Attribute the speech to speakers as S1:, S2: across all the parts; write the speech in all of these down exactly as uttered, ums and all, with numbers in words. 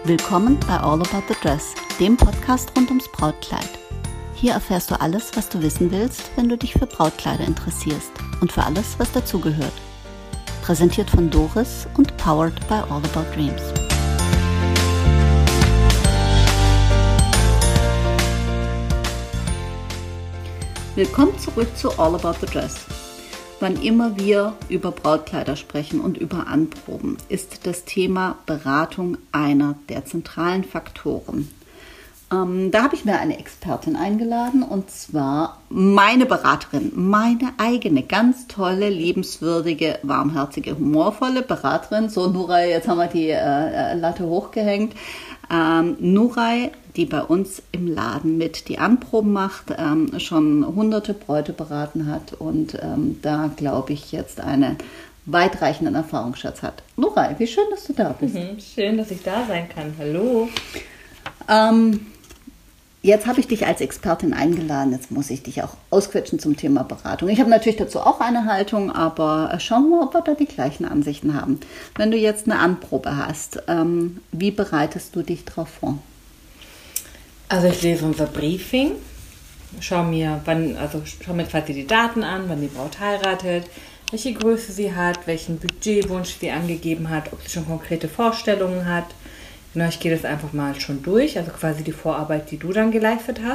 S1: Willkommen bei All About the Dress, dem Podcast rund ums Brautkleid. Hier erfährst du alles, was du wissen willst, wenn du dich für Brautkleider interessierst und für alles, was dazugehört. Präsentiert von Doris und powered by All About Dreams. Willkommen zurück zu All About the Dress. Wann immer wir über Brautkleider sprechen und über Anproben, ist das Thema Beratung einer der zentralen Faktoren. Ähm, da habe ich mir eine Expertin eingeladen, und zwar meine Beraterin, meine eigene, ganz tolle, liebenswürdige, warmherzige, humorvolle Beraterin. So, Nuray, jetzt haben wir die äh, Latte hochgehängt. Ähm, Nuray, die bei uns im Laden mit die Anproben macht, ähm, schon hunderte Bräute beraten hat und ähm, da, glaube ich, jetzt einen weitreichenden Erfahrungsschatz hat. Nuray, wie schön, dass du da bist.
S2: Mhm, schön, dass ich da sein kann. Hallo.
S1: Ähm, jetzt habe ich dich als Expertin eingeladen. Jetzt muss ich dich auch ausquetschen zum Thema Beratung. Ich habe natürlich dazu auch eine Haltung, aber schauen wir mal, ob wir da die gleichen Ansichten haben. Wenn du jetzt eine Anprobe hast, ähm, wie bereitest du dich darauf vor?
S2: Also ich lese unser Briefing, schaue mir, wann, also schaue mir quasi die Daten an, wann die Braut heiratet, welche Größe sie hat, welchen Budgetwunsch sie angegeben hat, ob sie schon konkrete Vorstellungen hat. Genau, ich gehe das einfach mal schon durch, also quasi die Vorarbeit, die du dann geleistet hast.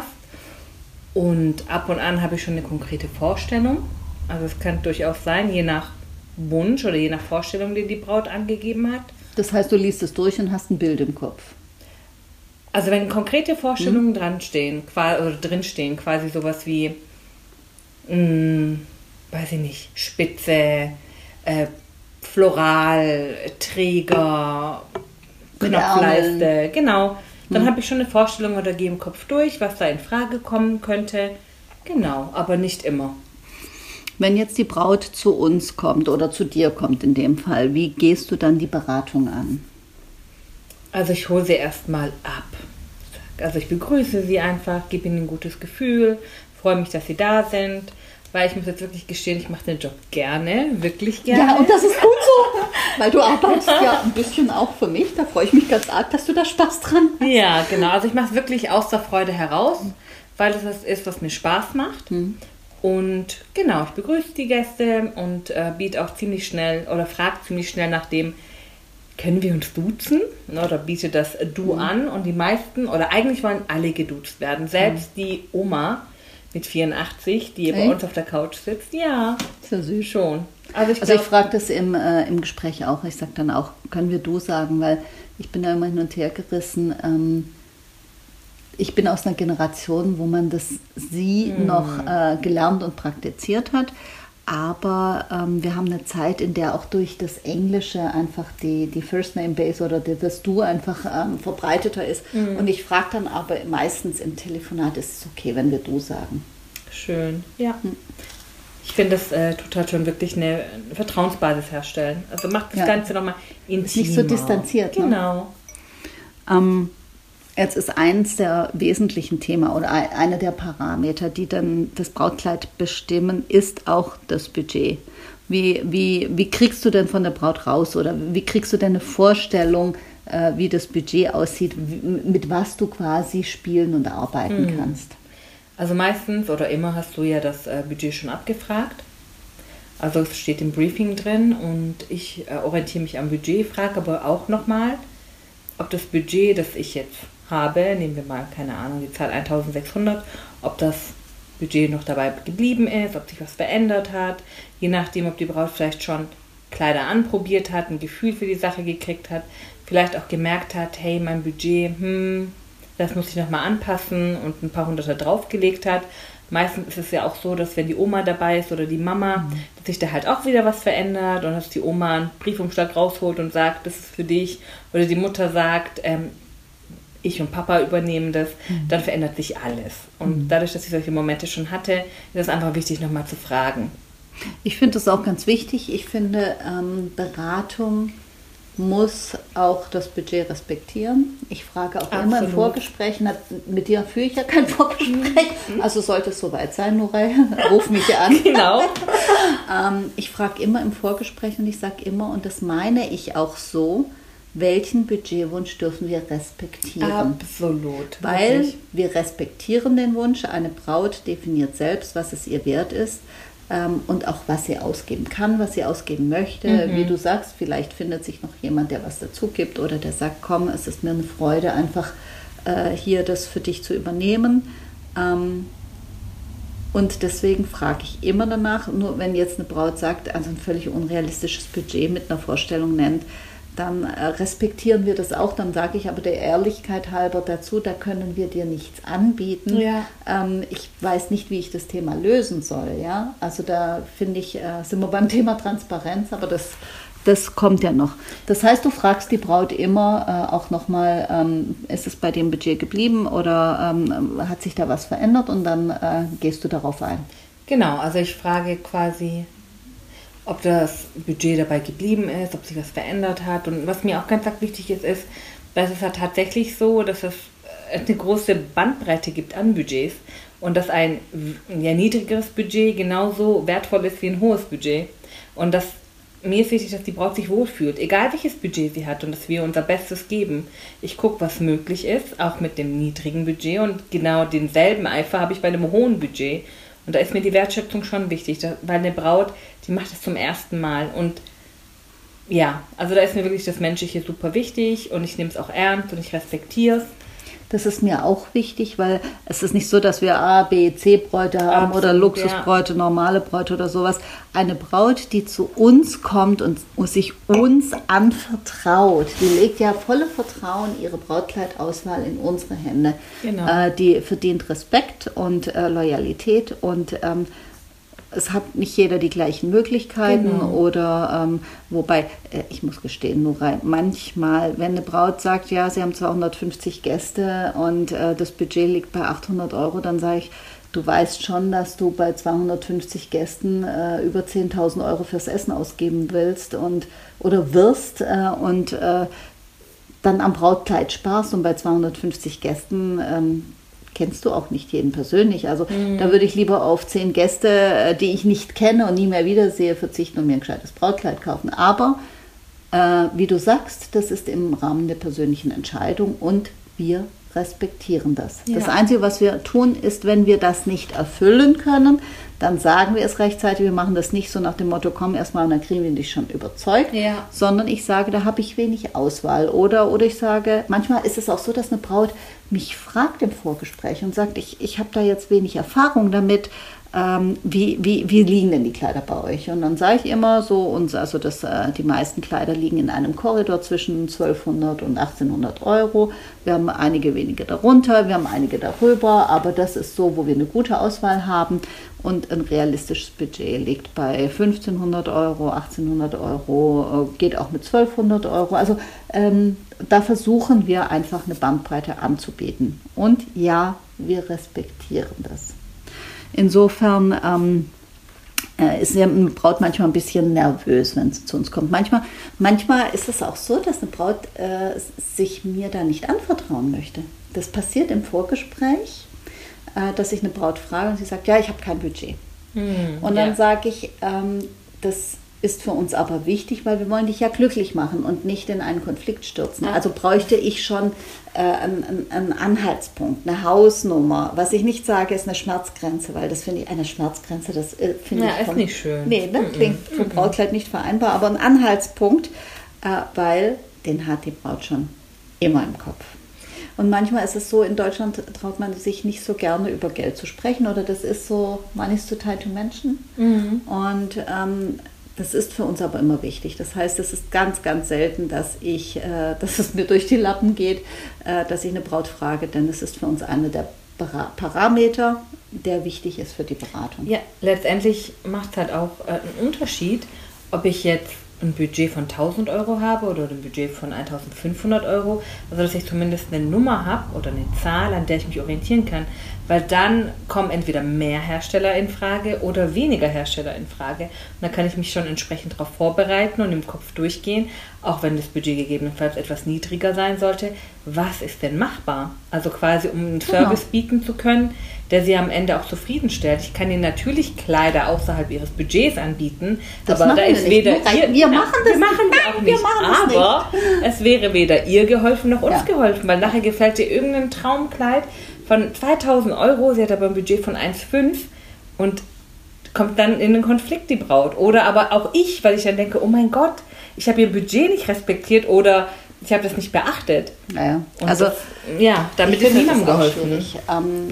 S2: Und ab und an habe ich schon eine konkrete Vorstellung. Also es kann durchaus sein, je nach Wunsch oder je nach Vorstellung, die die Braut angegeben hat.
S1: Das heißt, du liest es durch und hast ein Bild im Kopf.
S2: Also wenn konkrete Vorstellungen mhm. dran stehen, oder drinstehen, quasi sowas wie, mh, weiß ich nicht, Spitze, äh, Floral, Träger, Knopfleiste, genau. Dann mhm. habe ich schon eine Vorstellung oder gehe im Kopf durch, was da in Frage kommen könnte. Genau, aber nicht immer.
S1: Wenn jetzt die Braut zu uns kommt oder zu dir kommt in dem Fall, wie gehst du dann die Beratung an?
S2: Also ich hole sie erstmal ab. Also ich begrüße sie einfach, gebe ihnen ein gutes Gefühl, freue mich, dass sie da sind, weil ich muss jetzt wirklich gestehen, ich mache den Job gerne, wirklich gerne.
S1: Ja, und das ist gut so, weil du arbeitest ja ein bisschen auch für mich, da freue ich mich ganz arg, dass du da Spaß dran hast.
S2: Ja, genau, also ich mache es wirklich aus der Freude heraus, weil es das ist, was mir Spaß macht. Mhm. Und genau, ich begrüße die Gäste und äh, biete auch ziemlich schnell oder frage ziemlich schnell nach dem, können wir uns duzen? Oder biete das Du mhm. an. Und die meisten, oder eigentlich wollen alle geduzt werden. Selbst mhm. die Oma mit vierundachtzig, die hey. bei uns auf der Couch sitzt. Ja,
S1: ist ja süß.
S2: Schon. Also ich,
S1: also ich frage das im, äh, im Gespräch auch. Ich sage dann auch, können wir Du sagen? Weil ich bin da immer hin und her gerissen. Ähm, ich bin aus einer Generation, wo man das Sie mhm. noch äh, gelernt und praktiziert hat. Aber ähm, wir haben eine Zeit, in der auch durch das Englische einfach die, die First Name Base oder die, das Du einfach ähm, verbreiteter ist. Mhm. Und ich frage dann aber meistens im Telefonat, ist es okay, wenn wir Du sagen?
S2: Schön, ja. Mhm. Ich finde, das äh, tut halt schon wirklich eine Vertrauensbasis herstellen. Also macht das ja. Ganze nochmal intimer.
S1: Ist nicht so distanziert.
S2: Genau.
S1: Ne? Ähm, Jetzt ist eins der wesentlichen Themen oder einer der Parameter, die dann das Brautkleid bestimmen, ist auch das Budget. Wie, wie, wie kriegst du denn von der Braut raus oder wie kriegst du denn eine Vorstellung, äh, wie das Budget aussieht, wie, mit was du quasi spielen und arbeiten hm. kannst?
S2: Also meistens oder immer hast du ja das äh, Budget schon abgefragt. Also es steht im Briefing drin und ich äh, orientiere mich am Budget, frage aber auch nochmal, ob das Budget, das ich jetzt habe, nehmen wir mal, keine Ahnung, die Zahl eintausendsechshundert, ob das Budget noch dabei geblieben ist, ob sich was verändert hat, je nachdem, ob die Braut vielleicht schon Kleider anprobiert hat, ein Gefühl für die Sache gekriegt hat, vielleicht auch gemerkt hat, hey, mein Budget, hm, das muss ich nochmal anpassen und ein paar Hunderter draufgelegt hat. Meistens ist es ja auch so, dass wenn die Oma dabei ist oder die Mama, mhm. dass sich da halt auch wieder was verändert und dass die Oma einen Briefumschlag rausholt und sagt, das ist für dich, oder die Mutter sagt, ähm, ich und Papa übernehmen das, mhm. dann verändert sich alles. Und mhm. dadurch, dass ich solche Momente schon hatte, ist es einfach wichtig, nochmal zu fragen.
S1: Ich finde das auch ganz wichtig. Ich finde, ähm, Beratung muss auch das Budget respektieren. Ich frage auch Absolut. immer im Vorgespräch, mit dir führe ich ja kein Vorgespräch, also sollte es soweit sein, Nuray, ruf mich an.
S2: Genau.
S1: ähm, ich frage immer im Vorgespräch und ich sage immer, und das meine ich auch so, welchen Budgetwunsch dürfen wir respektieren.
S2: Absolut.
S1: Weil
S2: wirklich.
S1: wir respektieren den Wunsch. Eine Braut definiert selbst, was es ihr wert ist. Ähm, und auch was sie ausgeben kann, was sie ausgeben möchte. Mhm. Wie du sagst, vielleicht findet sich noch jemand, der was dazu gibt oder der sagt, komm, es ist mir eine Freude, einfach äh, hier das für dich zu übernehmen. Ähm, und deswegen frage ich immer danach, nur wenn jetzt eine Braut sagt, also ein völlig unrealistisches Budget mit einer Vorstellung nennt, dann äh, respektieren wir das auch. Dann sage ich aber der Ehrlichkeit halber dazu, da können wir dir nichts anbieten.
S2: Ja.
S1: Ähm, ich weiß nicht, wie ich das Thema lösen soll. Ja? Also da finde ich, äh, sind wir beim Thema Transparenz, aber das, das kommt ja noch. Das heißt, du fragst die Braut immer äh, auch nochmal, ähm, ist es bei dem Budget geblieben oder ähm, hat sich da was verändert und dann äh, gehst du darauf ein.
S2: Genau, also ich frage quasi, ob das Budget dabei geblieben ist, ob sich was verändert hat. Und was mir auch ganz wichtig ist, ist, dass es ja tatsächlich so, dass es eine große Bandbreite gibt an Budgets und dass ein ja, niedrigeres Budget genauso wertvoll ist wie ein hohes Budget. Und das, mir ist wichtig, dass die Braut sich wohlfühlt, egal welches Budget sie hat und dass wir unser Bestes geben. Ich gucke, was möglich ist, auch mit dem niedrigen Budget und genau denselben Eifer habe ich bei einem hohen Budget. Und da ist mir die Wertschätzung schon wichtig, weil eine Braut, die macht es zum ersten Mal. Und ja, also da ist mir wirklich das Menschliche super wichtig und ich nehme es auch ernst und ich respektiere es.
S1: Das ist mir auch wichtig, weil es ist nicht so, dass wir A, B, C-Bräute haben. Absolut, oder Luxusbräute, ja. Normale Bräute oder sowas. Eine Braut, die zu uns kommt und sich uns anvertraut, die legt ja volle Vertrauen ihre Brautkleidauswahl in unsere Hände.
S2: Genau.
S1: Äh, die verdient Respekt und äh, Loyalität und ähm, es hat nicht jeder die gleichen Möglichkeiten genau. oder ähm, wobei, äh, ich muss gestehen, nur rein, manchmal, wenn eine Braut sagt, ja, sie haben zweihundertfünfzig Gäste und äh, das Budget liegt bei achthundert Euro, dann sage ich, du weißt schon, dass du bei zweihundertfünfzig Gästen äh, über zehntausend Euro fürs Essen ausgeben willst und oder wirst äh, und äh, dann am Brautkleid sparst und bei zweihundertfünfzig Gästen ähm, kennst du auch nicht jeden persönlich. Also mhm. da würde ich lieber auf zehn Gäste, die ich nicht kenne und nie mehr wiedersehe, verzichten und mir ein gescheites Brautkleid kaufen. Aber äh, wie du sagst, das ist im Rahmen der persönlichen Entscheidung und wir respektieren das. Ja. Das Einzige, was wir tun, ist, wenn wir das nicht erfüllen können, dann sagen wir es rechtzeitig. Wir machen das nicht so nach dem Motto, komm erstmal und dann kriegen wir dich schon überzeugt,
S2: ja.
S1: sondern ich sage, da habe ich wenig Auswahl. Oder, oder ich sage, manchmal ist es auch so, dass eine Braut mich fragt im Vorgespräch und sagt, ich, ich habe da jetzt wenig Erfahrung damit, ähm, wie, wie, wie liegen denn die Kleider bei euch? Und dann sage ich immer so, und also das, äh, die meisten Kleider liegen in einem Korridor zwischen zwölfhundert und achtzehnhundert Euro. Wir haben einige wenige darunter, wir haben einige darüber, aber das ist so, wo wir eine gute Auswahl haben. Und ein realistisches Budget liegt bei fünfzehnhundert Euro, achtzehnhundert Euro, geht auch mit zwölfhundert Euro. Also ähm, da versuchen wir einfach eine Bandbreite anzubieten. Und ja, wir respektieren das. Insofern ähm, äh, ist eine Braut manchmal ein bisschen nervös, wenn sie zu uns kommt. Manchmal, manchmal ist es auch so, dass eine Braut äh, sich mir da nicht anvertrauen möchte. Das passiert im Vorgespräch, dass ich eine Braut frage und sie sagt, ja, ich habe kein Budget.
S2: Hm,
S1: und dann
S2: ja.
S1: sage ich, ähm, das ist für uns aber wichtig, weil wir wollen dich ja glücklich machen und nicht in einen Konflikt stürzen.
S2: Ja.
S1: Also bräuchte ich schon äh, einen, einen Anhaltspunkt, eine Hausnummer. Was ich nicht sage, ist eine Schmerzgrenze, weil das finde ich, eine Schmerzgrenze, das äh, finde
S2: ja,
S1: ich...
S2: ist
S1: von,
S2: nicht schön.
S1: Nee, das
S2: mm-mm.
S1: klingt für mm-mm. Brautkleid nicht vereinbar, aber ein Anhaltspunkt, äh, weil den hat die Braut schon immer im Kopf. Und manchmal ist es so, in Deutschland traut man sich nicht so gerne über Geld zu sprechen oder das ist so, money is too tight to mention.
S2: Mhm.
S1: Und ähm, das ist für uns aber immer wichtig. Das heißt, es ist ganz, ganz selten, dass ich, äh, dass es mir durch die Lappen geht, äh, dass ich eine Braut frage, denn es ist für uns einer der Para- Parameter, der wichtig ist für die Beratung.
S2: Ja, letztendlich macht es halt auch äh, einen Unterschied, ob ich jetzt ein Budget von tausend Euro habe oder ein Budget von eintausendfünfhundert Euro, also dass ich zumindest eine Nummer habe oder eine Zahl, an der ich mich orientieren kann, weil dann kommen entweder mehr Hersteller in Frage oder weniger Hersteller in Frage und dann kann ich mich schon entsprechend darauf vorbereiten und im Kopf durchgehen, auch wenn das Budget gegebenenfalls etwas niedriger sein sollte, was ist denn machbar? Also quasi, um einen Service genau. bieten zu können, der sie am Ende auch zufriedenstellt. Ich kann ihnen natürlich Kleider außerhalb ihres Budgets anbieten,
S1: das
S2: aber da ist
S1: wir
S2: weder
S1: nicht.
S2: ihr,
S1: wir machen das
S2: wir machen
S1: nicht.
S2: wir auch
S1: wir
S2: nicht,
S1: machen
S2: aber
S1: nicht.
S2: es wäre weder ihr geholfen noch uns
S1: Ja.
S2: geholfen, weil nachher gefällt dir irgendein Traumkleid von zweitausend Euro, sie hat aber ein Budget von eins Komma fünf und kommt dann in einen Konflikt, die Braut. Oder aber auch ich, weil ich dann denke, oh mein Gott, ich habe ihr Budget nicht respektiert oder ich habe das nicht beachtet.
S1: Naja.
S2: Und
S1: Also
S2: das, ja, damit ist niemandem geholfen.
S1: Ähm,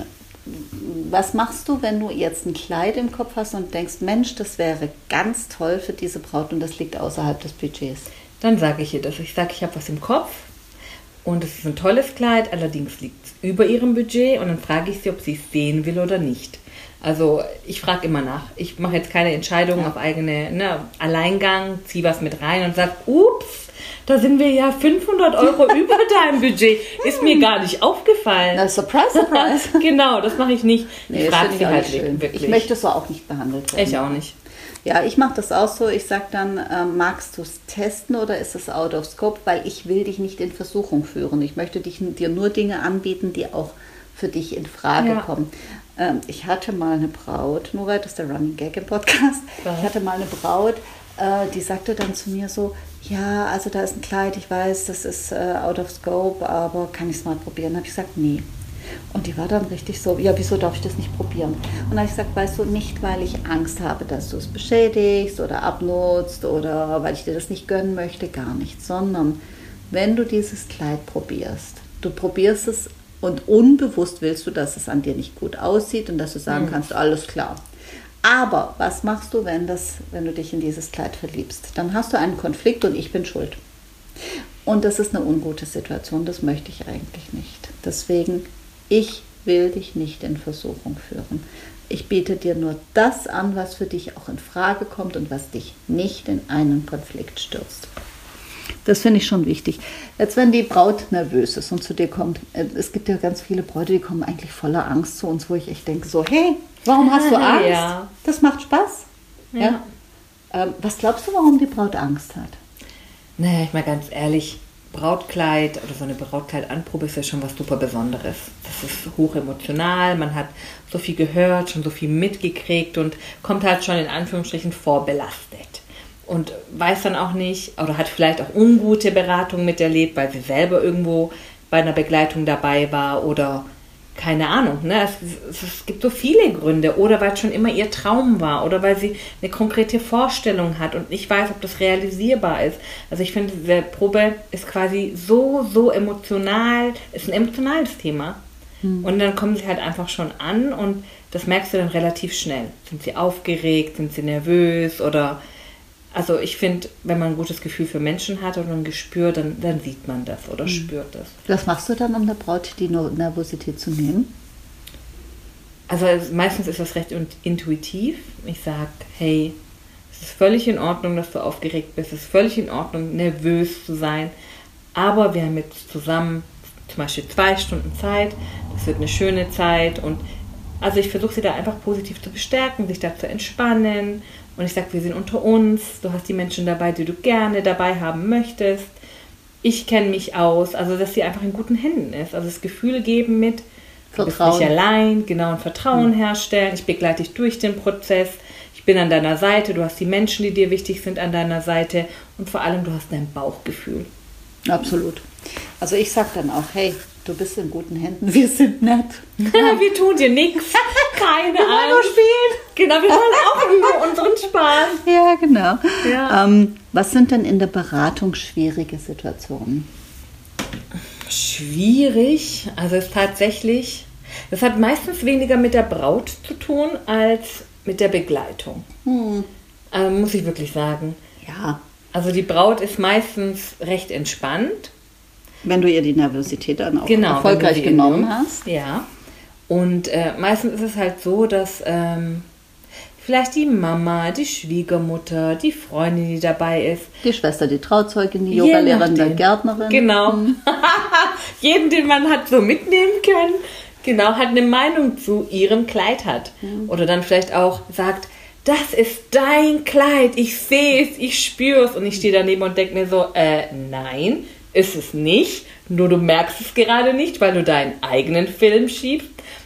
S1: was machst du, wenn du jetzt ein Kleid im Kopf hast und denkst, Mensch, das wäre ganz toll für diese Braut und das liegt außerhalb des Budgets?
S2: Dann sage ich ihr das. Ich sage, ich habe was im Kopf und es ist ein tolles Kleid, allerdings liegt es über ihrem Budget und dann frage ich sie, ob sie es sehen will oder nicht. Also ich frage immer nach. Ich mache jetzt keine Entscheidung ja. auf eigene ne, Alleingang, ziehe was mit rein und sage, ups, da sind wir ja fünfhundert Euro über deinem Budget. Ist mir gar nicht aufgefallen.
S1: Na, surprise, surprise.
S2: Genau, das mache ich nicht.
S1: Nee,
S2: ich frage sie halt
S1: schön.
S2: wirklich.
S1: Ich möchte so auch nicht behandelt werden.
S2: Ich auch nicht.
S1: Ja, ich mache das auch so. Ich sage dann, äh, magst du es testen oder ist es out of scope? Weil ich will dich nicht in Versuchung führen. Ich möchte dich, dir nur Dinge anbieten, die auch für dich in Frage ja. kommen. Ähm, ich hatte mal eine Braut, Nora, das ist der Running Gag im Podcast. Ja. Ich hatte mal eine Braut, äh, die sagte dann zu mir so, ja, also da ist ein Kleid, ich weiß, das ist äh, out of scope, aber kann ich es mal probieren? Dann habe ich gesagt, nee. Und die war dann richtig so, ja, wieso darf ich das nicht probieren? Und dann habe ich gesagt, weißt du, nicht, weil ich Angst habe, dass du es beschädigst oder abnutzt oder weil ich dir das nicht gönnen möchte, gar nicht, sondern wenn du dieses Kleid probierst, du probierst es und unbewusst willst du, dass es an dir nicht gut aussieht und dass du sagen mhm. kannst, alles klar. Aber was machst du, wenn, das, wenn du dich in dieses Kleid verliebst? Dann hast du einen Konflikt und ich bin schuld. Und das ist eine ungute Situation, das möchte ich eigentlich nicht. Deswegen, ich will dich nicht in Versuchung führen. Ich biete dir nur das an, was für dich auch in Frage kommt und was dich nicht in einen Konflikt stürzt. Das finde ich schon wichtig. Jetzt, wenn die Braut nervös ist und zu dir kommt, es gibt ja ganz viele Bräute, die kommen eigentlich voller Angst zu uns, wo ich echt denke so, hey, warum hast du Angst?
S2: Ja.
S1: Das macht Spaß.
S2: Ja.
S1: Ja? Ähm, was glaubst du, warum die Braut Angst hat?
S2: Naja, ich mal ganz ehrlich, Brautkleid oder so eine Brautkleidanprobe ist ja schon was super Besonderes. Das ist hoch emotional, man hat so viel gehört, schon so viel mitgekriegt und kommt halt schon in Anführungsstrichen vorbelastet. Und weiß dann auch nicht, oder hat vielleicht auch ungute Beratungen miterlebt, weil sie selber irgendwo bei einer Begleitung dabei war oder keine Ahnung. Ne? Es, es gibt so viele Gründe. Oder weil es schon immer ihr Traum war oder weil sie eine konkrete Vorstellung hat und nicht weiß, ob das realisierbar ist. Also ich finde, diese Probe ist quasi so, so emotional, ist ein emotionales Thema. Hm. Und dann kommen sie halt einfach schon an und das merkst du dann relativ schnell. Sind sie aufgeregt, sind sie nervös oder... Also ich finde, wenn man ein gutes Gefühl für Menschen hat oder ein Gespür, dann, dann sieht man das oder mhm. spürt das.
S1: Was machst du dann, um der Braut die Nervosität zu nehmen?
S2: Also meistens ist das recht intuitiv. Ich sage, hey, es ist völlig in Ordnung, dass du aufgeregt bist. Es ist völlig in Ordnung, nervös zu sein. Aber wir haben jetzt zusammen zum Beispiel zwei Stunden Zeit. Das wird eine schöne Zeit. Und also ich versuche sie da einfach positiv zu bestärken, sich da zu entspannen. Und ich sage, wir sind unter uns, du hast die Menschen dabei, die du gerne dabei haben möchtest. Ich kenne mich aus, also dass sie einfach in guten Händen ist. Also das Gefühl geben mit, du bist nicht allein, genau, ein Vertrauen mhm. herstellen. Ich begleite dich durch den Prozess. Ich bin an deiner Seite, du hast die Menschen, die dir wichtig sind, an deiner Seite. Und vor allem, du hast dein Bauchgefühl.
S1: Absolut. Also ich sage dann auch, hey, du bist in guten Händen, wir sind nett.
S2: Wir tun dir nichts. Keine
S1: wir wollen nur spielen.
S2: Genau, wir wollen auch über unseren Spaß.
S1: Ja, genau.
S2: Ja.
S1: Ähm, was sind denn in der Beratung schwierige Situationen?
S2: Schwierig? Also es ist tatsächlich, das hat meistens weniger mit der Braut zu tun als mit der Begleitung. Hm. Also muss ich wirklich sagen.
S1: Ja.
S2: Also die Braut ist meistens recht entspannt.
S1: Wenn du ihr die Nervosität dann auch
S2: genau,
S1: erfolgreich genommen hast.
S2: Ja. Und äh, meistens ist es halt so, dass ähm, vielleicht die Mama, die Schwiegermutter, die Freundin, die dabei ist.
S1: Die Schwester, die Trauzeugin, die Yogalehrerin, die Gärtnerin.
S2: Genau.
S1: Hm.
S2: Jeden, den man hat so mitnehmen können, genau, hat eine Meinung zu ihrem Kleid hat. Hm. Oder dann vielleicht auch sagt, das ist dein Kleid, ich sehe es, ich spüre es. Und ich stehe daneben und denke mir so, äh, nein, ist es nicht. Nur du merkst es gerade nicht, weil du deinen eigenen Film schiebst.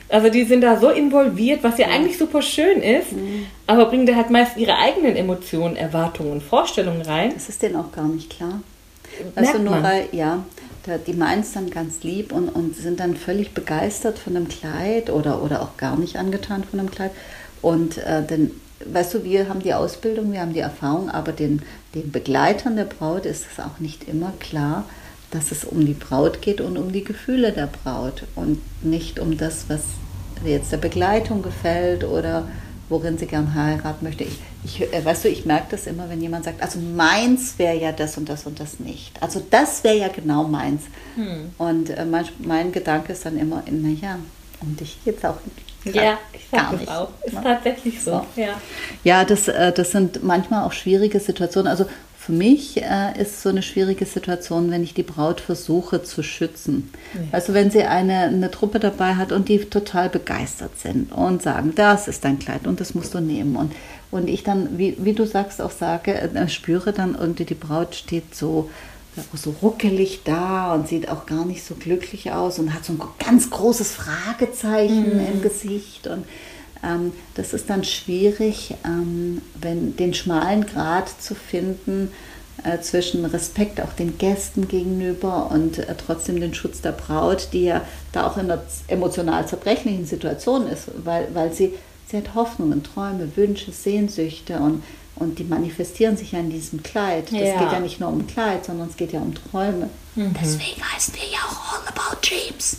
S2: Also die sind da so involviert, was ja, ja. eigentlich super schön ist, mhm. aber bringen da halt meist ihre eigenen Emotionen, Erwartungen, Vorstellungen rein.
S1: Das ist denen auch gar nicht klar. Weißt du, Nora, ja, die meinen es dann ganz lieb und, und sind dann völlig begeistert von dem Kleid oder, oder auch gar nicht angetan von dem Kleid. Und äh, dann, weißt du, wir haben die Ausbildung, wir haben die Erfahrung, aber den, den Begleitern der Braut ist es auch nicht immer klar, dass es um die Braut geht und um die Gefühle der Braut und nicht um das, was jetzt der Begleitung gefällt oder worin sie gern heiraten möchte. Ich, ich, weißt du, ich merke das immer, wenn jemand sagt, also meins wäre ja das und das und das nicht. Also das wäre ja genau meins. Hm. Und äh, mein, mein Gedanke ist dann immer, naja, um dich geht es auch nicht.
S2: Ja, ich sag das auch. Ist ne? tatsächlich so. so. Ja,
S1: ja das, äh, das sind manchmal auch schwierige Situationen. Also für mich äh, ist so eine schwierige Situation, wenn ich die Braut versuche zu schützen. Ja. Also wenn sie eine, eine Truppe dabei hat und die total begeistert sind und sagen, das ist dein Kleid und das musst du nehmen. Und, und ich dann, wie, wie du sagst, auch sage, äh, spüre dann irgendwie, die Braut steht so, so ruckelig da und sieht auch gar nicht so glücklich aus und hat so ein ganz großes Fragezeichen mhm. im Gesicht. Und ähm, das ist dann schwierig, ähm, wenn den schmalen Grat zu finden äh, zwischen Respekt auch den Gästen gegenüber und äh, trotzdem den Schutz der Braut, die ja da auch in einer emotional zerbrechlichen Situation ist, weil, weil sie, sie hat Hoffnungen, Träume, Wünsche, Sehnsüchte und Und die manifestieren sich ja in diesem Kleid. Das ja. geht ja nicht nur um Kleid, sondern es geht ja um Träume. Mhm. Deswegen heißen wir ja auch All About Dreams.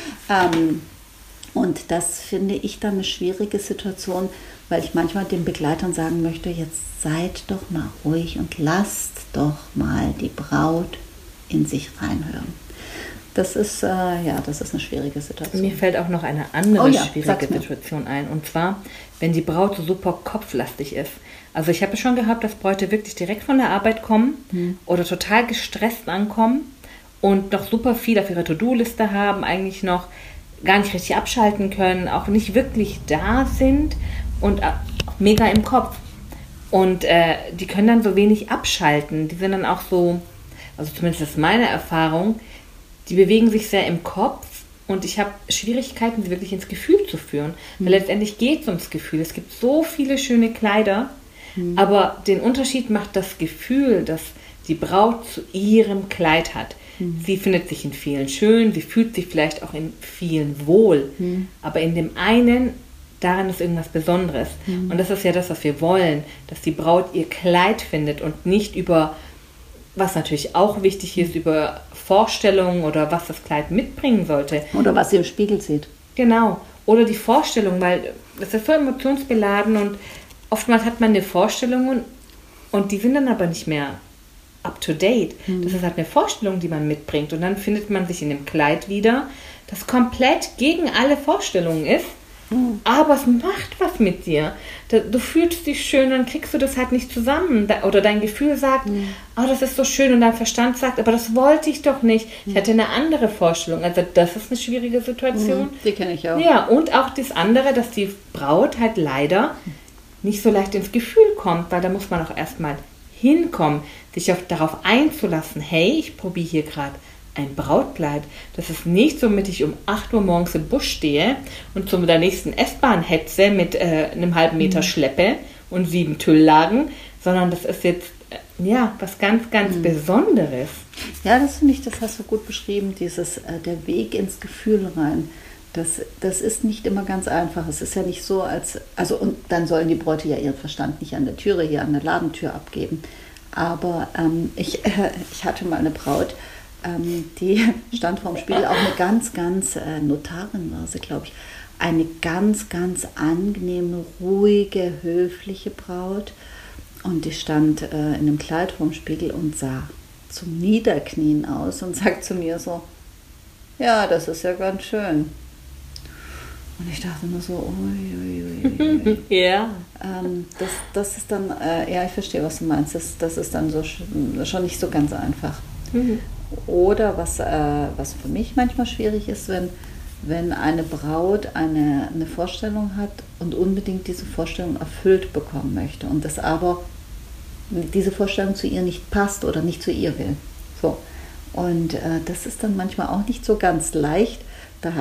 S1: Ähm, und das finde ich dann eine schwierige Situation, weil ich manchmal den Begleitern sagen möchte, jetzt seid doch mal ruhig und lasst doch mal die Braut in sich reinhören. Das ist, äh, ja, das ist eine schwierige Situation.
S2: Mir fällt auch noch eine andere oh ja, schwierige Situation ein. Und zwar, wenn die Braut so super kopflastig ist. Also ich habe schon gehabt, dass Bräute wirklich direkt von der Arbeit kommen hm. oder total gestresst ankommen und noch super viel auf ihrer To-Do-Liste haben, eigentlich noch gar nicht richtig abschalten können, auch nicht wirklich da sind und auch mega im Kopf. Und äh, die können dann so wenig abschalten. Die sind dann auch so, also zumindest ist meine Erfahrung, die bewegen sich sehr im Kopf und ich habe Schwierigkeiten, sie wirklich ins Gefühl zu führen. Mhm. Weil letztendlich geht es ums Gefühl. Es gibt so viele schöne Kleider, mhm. aber den Unterschied macht das Gefühl, dass die Braut zu ihrem Kleid hat. Mhm. Sie findet sich in vielen schön, sie fühlt sich vielleicht auch in vielen wohl, mhm. aber in dem einen, daran ist irgendwas Besonderes. Mhm. Und das ist ja das, was wir wollen, dass die Braut ihr Kleid findet und nicht über, was natürlich auch wichtig ist, über Vorstellungen oder was das Kleid mitbringen sollte.
S1: Oder was sie im Spiegel sieht.
S2: Genau. Oder die Vorstellung, weil das ist so emotionsbeladen und oftmals hat man eine Vorstellung und, und die sind dann aber nicht mehr up to date. Mhm. Das ist halt eine Vorstellung, die man mitbringt und dann findet man sich in dem Kleid wieder, das komplett gegen alle Vorstellungen ist. Aber es macht was mit dir. Du fühlst dich schön, dann kriegst du das halt nicht zusammen. Oder dein Gefühl sagt, mhm. oh, das ist so schön. Und dein Verstand sagt, aber das wollte ich doch nicht. Ich hatte eine andere Vorstellung. Also das ist eine schwierige Situation.
S1: Die kenne ich auch.
S2: Ja, und auch das andere, dass die Braut halt leider nicht so leicht ins Gefühl kommt, weil da muss man auch erstmal hinkommen, sich auf, darauf einzulassen, hey, ich probiere hier gerade ein Brautkleid. Das ist nicht so, damit ich um acht Uhr morgens im Busch stehe und zu der nächsten S-Bahn hetze mit äh, einem halben Meter mhm. Schleppe und sieben Tülllagen, sondern das ist jetzt äh, ja was ganz, ganz mhm. Besonderes.
S1: Ja, das finde ich, das hast du gut beschrieben, dieses äh, der Weg ins Gefühl rein. Das, das ist nicht immer ganz einfach. Es ist ja nicht so, als, also und dann sollen die Bräute ja ihren Verstand nicht an der Türe, hier an der Ladentür abgeben. Aber ähm, ich, äh, ich hatte mal eine Braut, Ähm, die stand vorm Spiegel, auch eine ganz, ganz äh, Notarin war sie, glaube ich, eine ganz, ganz angenehme, ruhige, höfliche Braut und die stand äh, in einem Kleid vorm Spiegel und sah zum Niederknien aus und sagt zu mir so, ja, das ist ja ganz schön. Und ich dachte nur so, ui, ui, ui, ui.
S2: Ja.
S1: Ähm, das, das ist dann, äh, ja, ich verstehe, was du meinst, das, das ist dann so schon nicht so ganz einfach. Mhm. Oder was, äh, was für mich manchmal schwierig ist, wenn, wenn eine Braut eine, eine Vorstellung hat und unbedingt diese Vorstellung erfüllt bekommen möchte und das aber diese Vorstellung zu ihr nicht passt oder nicht zu ihr will. So. Und äh, das ist dann manchmal auch nicht so ganz leicht. Da hatte ich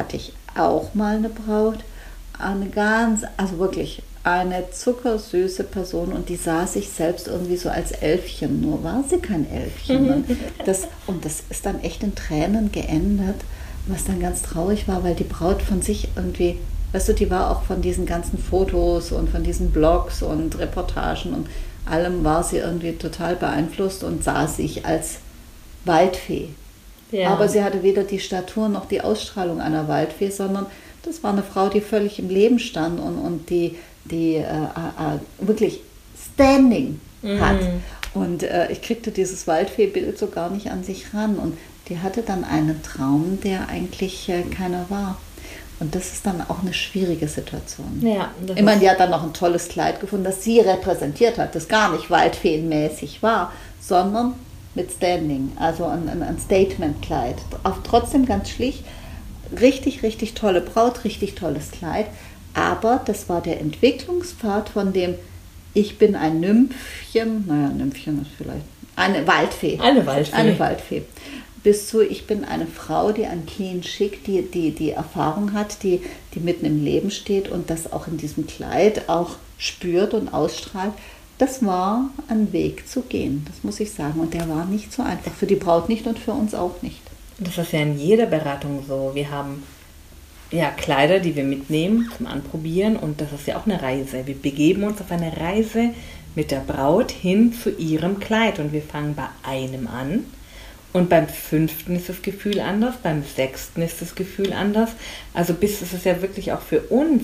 S1: auch mal eine Braut, eine ganz, also wirklich eine zuckersüße Person und die sah sich selbst irgendwie so als Elfchen, nur war sie kein Elfchen. Ne? Das, und das ist dann echt in Tränen geendet, was dann ganz traurig war, weil die Braut von sich irgendwie, weißt du, die war auch von diesen ganzen Fotos und von diesen Blogs und Reportagen und allem war sie irgendwie total beeinflusst und sah sich als Waldfee. Ja. Aber sie hatte weder die Statur noch die Ausstrahlung einer Waldfee, sondern das war eine Frau, die völlig im Leben stand und, und die, die äh, äh, wirklich Standing mm. hat. Und äh, ich kriegte dieses Waldfee-Bild so gar nicht an sich ran. Und die hatte dann einen Traum, der eigentlich äh, keiner war. Und das ist dann auch eine schwierige Situation. Ja, ich meine, die hat dann noch ein tolles Kleid gefunden, das sie repräsentiert hat, das gar nicht waldfeenmäßig war, sondern mit Standing, also ein, ein, ein Statement-Kleid. Auch trotzdem ganz schlicht, richtig, richtig tolle Braut, richtig tolles Kleid. Aber das war der Entwicklungspfad von dem, ich bin ein Nymphchen, naja, Nymphchen ist vielleicht, eine Waldfee.
S2: Eine Waldfee.
S1: Eine Waldfee. Bis zu, ich bin eine Frau, die an clean schick, die, die, die Erfahrung hat, die, die mitten im Leben steht und das auch in diesem Kleid auch spürt und ausstrahlt. Das war ein Weg zu gehen, das muss ich sagen. Und der war nicht so einfach, für die Braut nicht und für uns auch nicht.
S2: Das ist ja in jeder Beratung so. Wir haben ja Kleider, die wir mitnehmen zum Anprobieren und das ist ja auch eine Reise. Wir begeben uns auf eine Reise mit der Braut hin zu ihrem Kleid und wir fangen bei einem an. Und beim fünften ist das Gefühl anders, beim sechsten ist das Gefühl anders. Also bis es ist ja wirklich auch für uns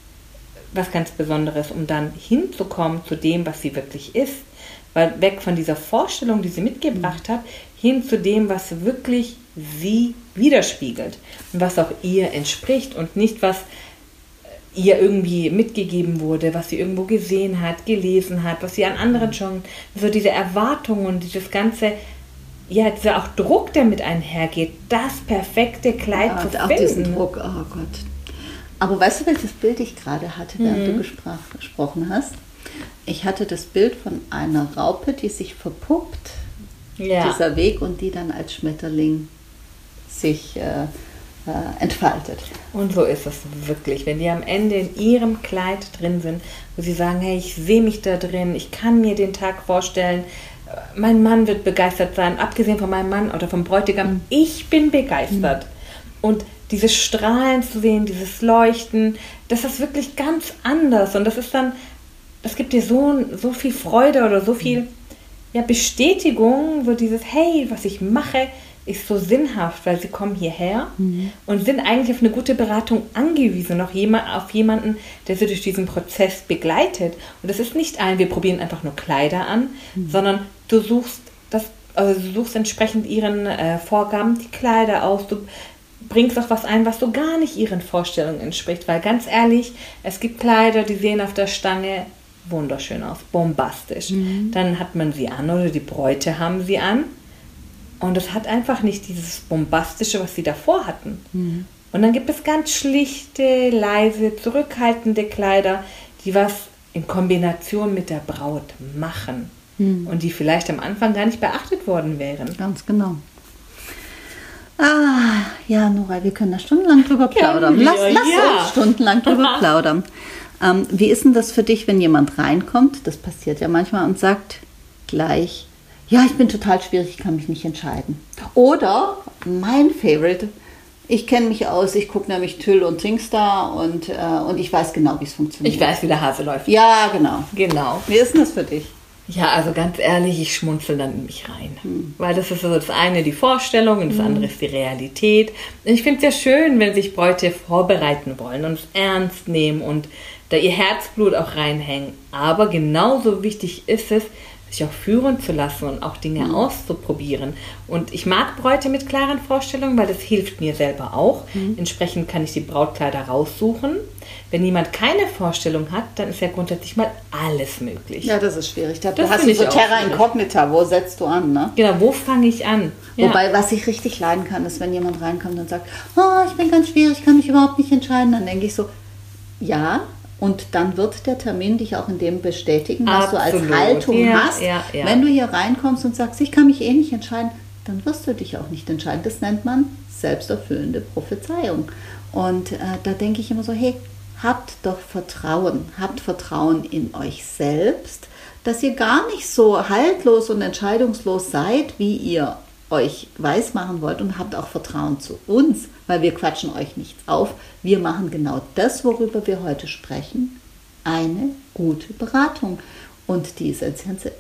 S2: was ganz Besonderes, um dann hinzukommen zu dem, was sie wirklich ist. Weil weg von dieser Vorstellung, die sie mitgebracht hat, hin zu dem, was wirklich sie widerspiegelt. Und was auch ihr entspricht und nicht, was ihr irgendwie mitgegeben wurde, was sie irgendwo gesehen hat, gelesen hat, was sie an anderen schon, so diese Erwartungen und dieses ganze, ja, dieser auch Druck, der mit einhergeht, das perfekte Kleid ja, zu finden.
S1: Auch diesen Druck, oh Gott. Aber weißt du, welches Bild ich gerade hatte, während mhm. du gesprach, gesprochen hast? Ich hatte das Bild von einer Raupe, die sich verpuppt, ja. dieser Weg, und die dann als Schmetterling sich äh, äh, entfaltet.
S2: Und so ist es wirklich. Wenn die am Ende in ihrem Kleid drin sind, wo sie sagen, hey, ich sehe mich da drin, ich kann mir den Tag vorstellen, mein Mann wird begeistert sein, abgesehen von meinem Mann oder vom Bräutigam, mhm. ich bin begeistert. Mhm. Und dieses Strahlen zu sehen, dieses Leuchten, das ist wirklich ganz anders. Und das ist dann, das gibt dir so, so viel Freude oder so viel ja, Bestätigung, so dieses, hey, was ich mache, ist so sinnhaft, weil sie kommen hierher mhm. und sind eigentlich auf eine gute Beratung angewiesen, auf, jemand, auf jemanden, der sie durch diesen Prozess begleitet. Und das ist nicht ein, wir probieren einfach nur Kleider an, mhm. sondern du suchst das, also du suchst entsprechend ihren äh, Vorgaben die Kleider aus, du bringst auch was ein, was so gar nicht ihren Vorstellungen entspricht, weil ganz ehrlich, es gibt Kleider, die sehen auf der Stange wunderschön aus, bombastisch. Mhm. Dann hat man sie an oder die Bräute haben sie an und es hat einfach nicht dieses Bombastische, was sie davor hatten. Mhm. Und dann gibt es ganz schlichte, leise, zurückhaltende Kleider, die was in Kombination mit der Braut machen mhm. und die vielleicht am Anfang gar nicht beachtet worden wären.
S1: Ganz genau. Ah, ja, Nora, wir können da stundenlang drüber plaudern. Lass, lass ja. uns stundenlang drüber plaudern. Ähm, wie ist denn das für dich, wenn jemand reinkommt, das passiert ja manchmal, und sagt gleich, ja, ich bin total schwierig, ich kann mich nicht entscheiden. Oder, mein Favorite, ich kenne mich aus, ich gucke nämlich Tüll und Singstar und, äh, und ich weiß genau, wie es funktioniert.
S2: Ich weiß, wie der Hase läuft.
S1: Ja, genau.
S2: Genau.
S1: Wie ist denn das für dich?
S2: Ja, also ganz ehrlich, ich schmunzel dann in mich rein. Hm. Weil das ist so das eine die Vorstellung und das hm. andere ist die Realität. Und ich finde es ja schön, wenn sich Bräute vorbereiten wollen und es ernst nehmen und da ihr Herzblut auch reinhängen. Aber genauso wichtig ist es, sich auch führen zu lassen und auch Dinge mhm. auszuprobieren. Und ich mag Bräute mit klaren Vorstellungen, weil das hilft mir selber auch. Mhm. Entsprechend kann ich die Brautkleider raussuchen. Wenn jemand keine Vorstellung hat, dann ist ja grundsätzlich mal alles möglich.
S1: Ja, das ist schwierig. Da das hast du so Terra Incognita. Wo setzt du an? Ne?
S2: Genau, wo fange ich an?
S1: Ja. Wobei, was ich richtig leiden kann, ist, wenn jemand reinkommt und sagt, oh, ich bin ganz schwierig, ich kann mich überhaupt nicht entscheiden. Dann denke ich so, ja, und dann wird der Termin dich auch in dem bestätigen, was Absolut. du als Haltung
S2: ja,
S1: hast.
S2: Ja, ja.
S1: Wenn du hier reinkommst und sagst, ich kann mich eh nicht entscheiden, dann wirst du dich auch nicht entscheiden. Das nennt man selbsterfüllende Prophezeiung. Und äh, da denke ich immer so, hey, habt doch Vertrauen, habt Vertrauen in euch selbst, dass ihr gar nicht so haltlos und entscheidungslos seid, wie ihr euch weismachen wollt, und habt auch Vertrauen zu uns, weil wir quatschen euch nichts auf. Wir machen genau das, worüber wir heute sprechen, eine gute Beratung. Und die ist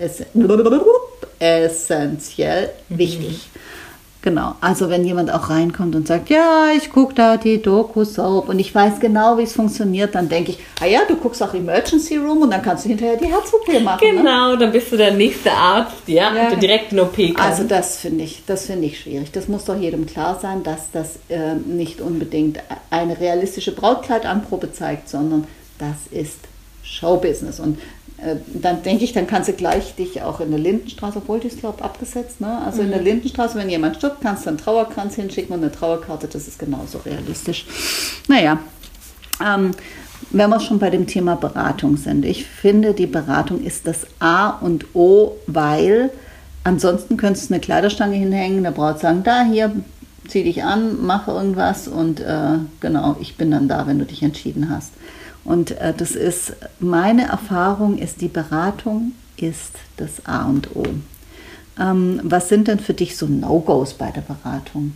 S1: essentiell wichtig. Genau, also wenn jemand auch reinkommt und sagt, ja, ich gucke da die Doku-Soap und ich weiß genau, wie es funktioniert, dann denke ich, ah ja, du guckst auch Emergency Room und dann kannst du hinterher die Herz-O P machen.
S2: Genau,
S1: ne?
S2: Dann bist du der nächste Arzt, ja,
S1: ja.
S2: der direkt in O P kann.
S1: Also das finde ich, das finde ich schwierig. Das muss doch jedem klar sein, dass das äh, nicht unbedingt eine realistische Brautkleidanprobe zeigt, sondern das ist Showbusiness. Und dann denke ich, dann kannst du gleich dich auch in der Lindenstraße, obwohl die ist, glaube ich, abgesetzt, ne? Also mhm. in der Lindenstraße, wenn jemand stirbt, kannst du einen Trauerkranz hinschicken und eine Trauerkarte, das ist genauso realistisch. Naja, ähm, wenn wir schon bei dem Thema Beratung sind, ich finde, die Beratung ist das A und O, weil ansonsten könntest du eine Kleiderstange hinhängen, der Braut sagen, da, hier, zieh dich an, mach irgendwas und äh, genau, ich bin dann da, wenn du dich entschieden hast. Und äh, das ist, meine Erfahrung ist, die Beratung ist das A und O. Ähm, was sind denn für dich so No-Gos bei der Beratung?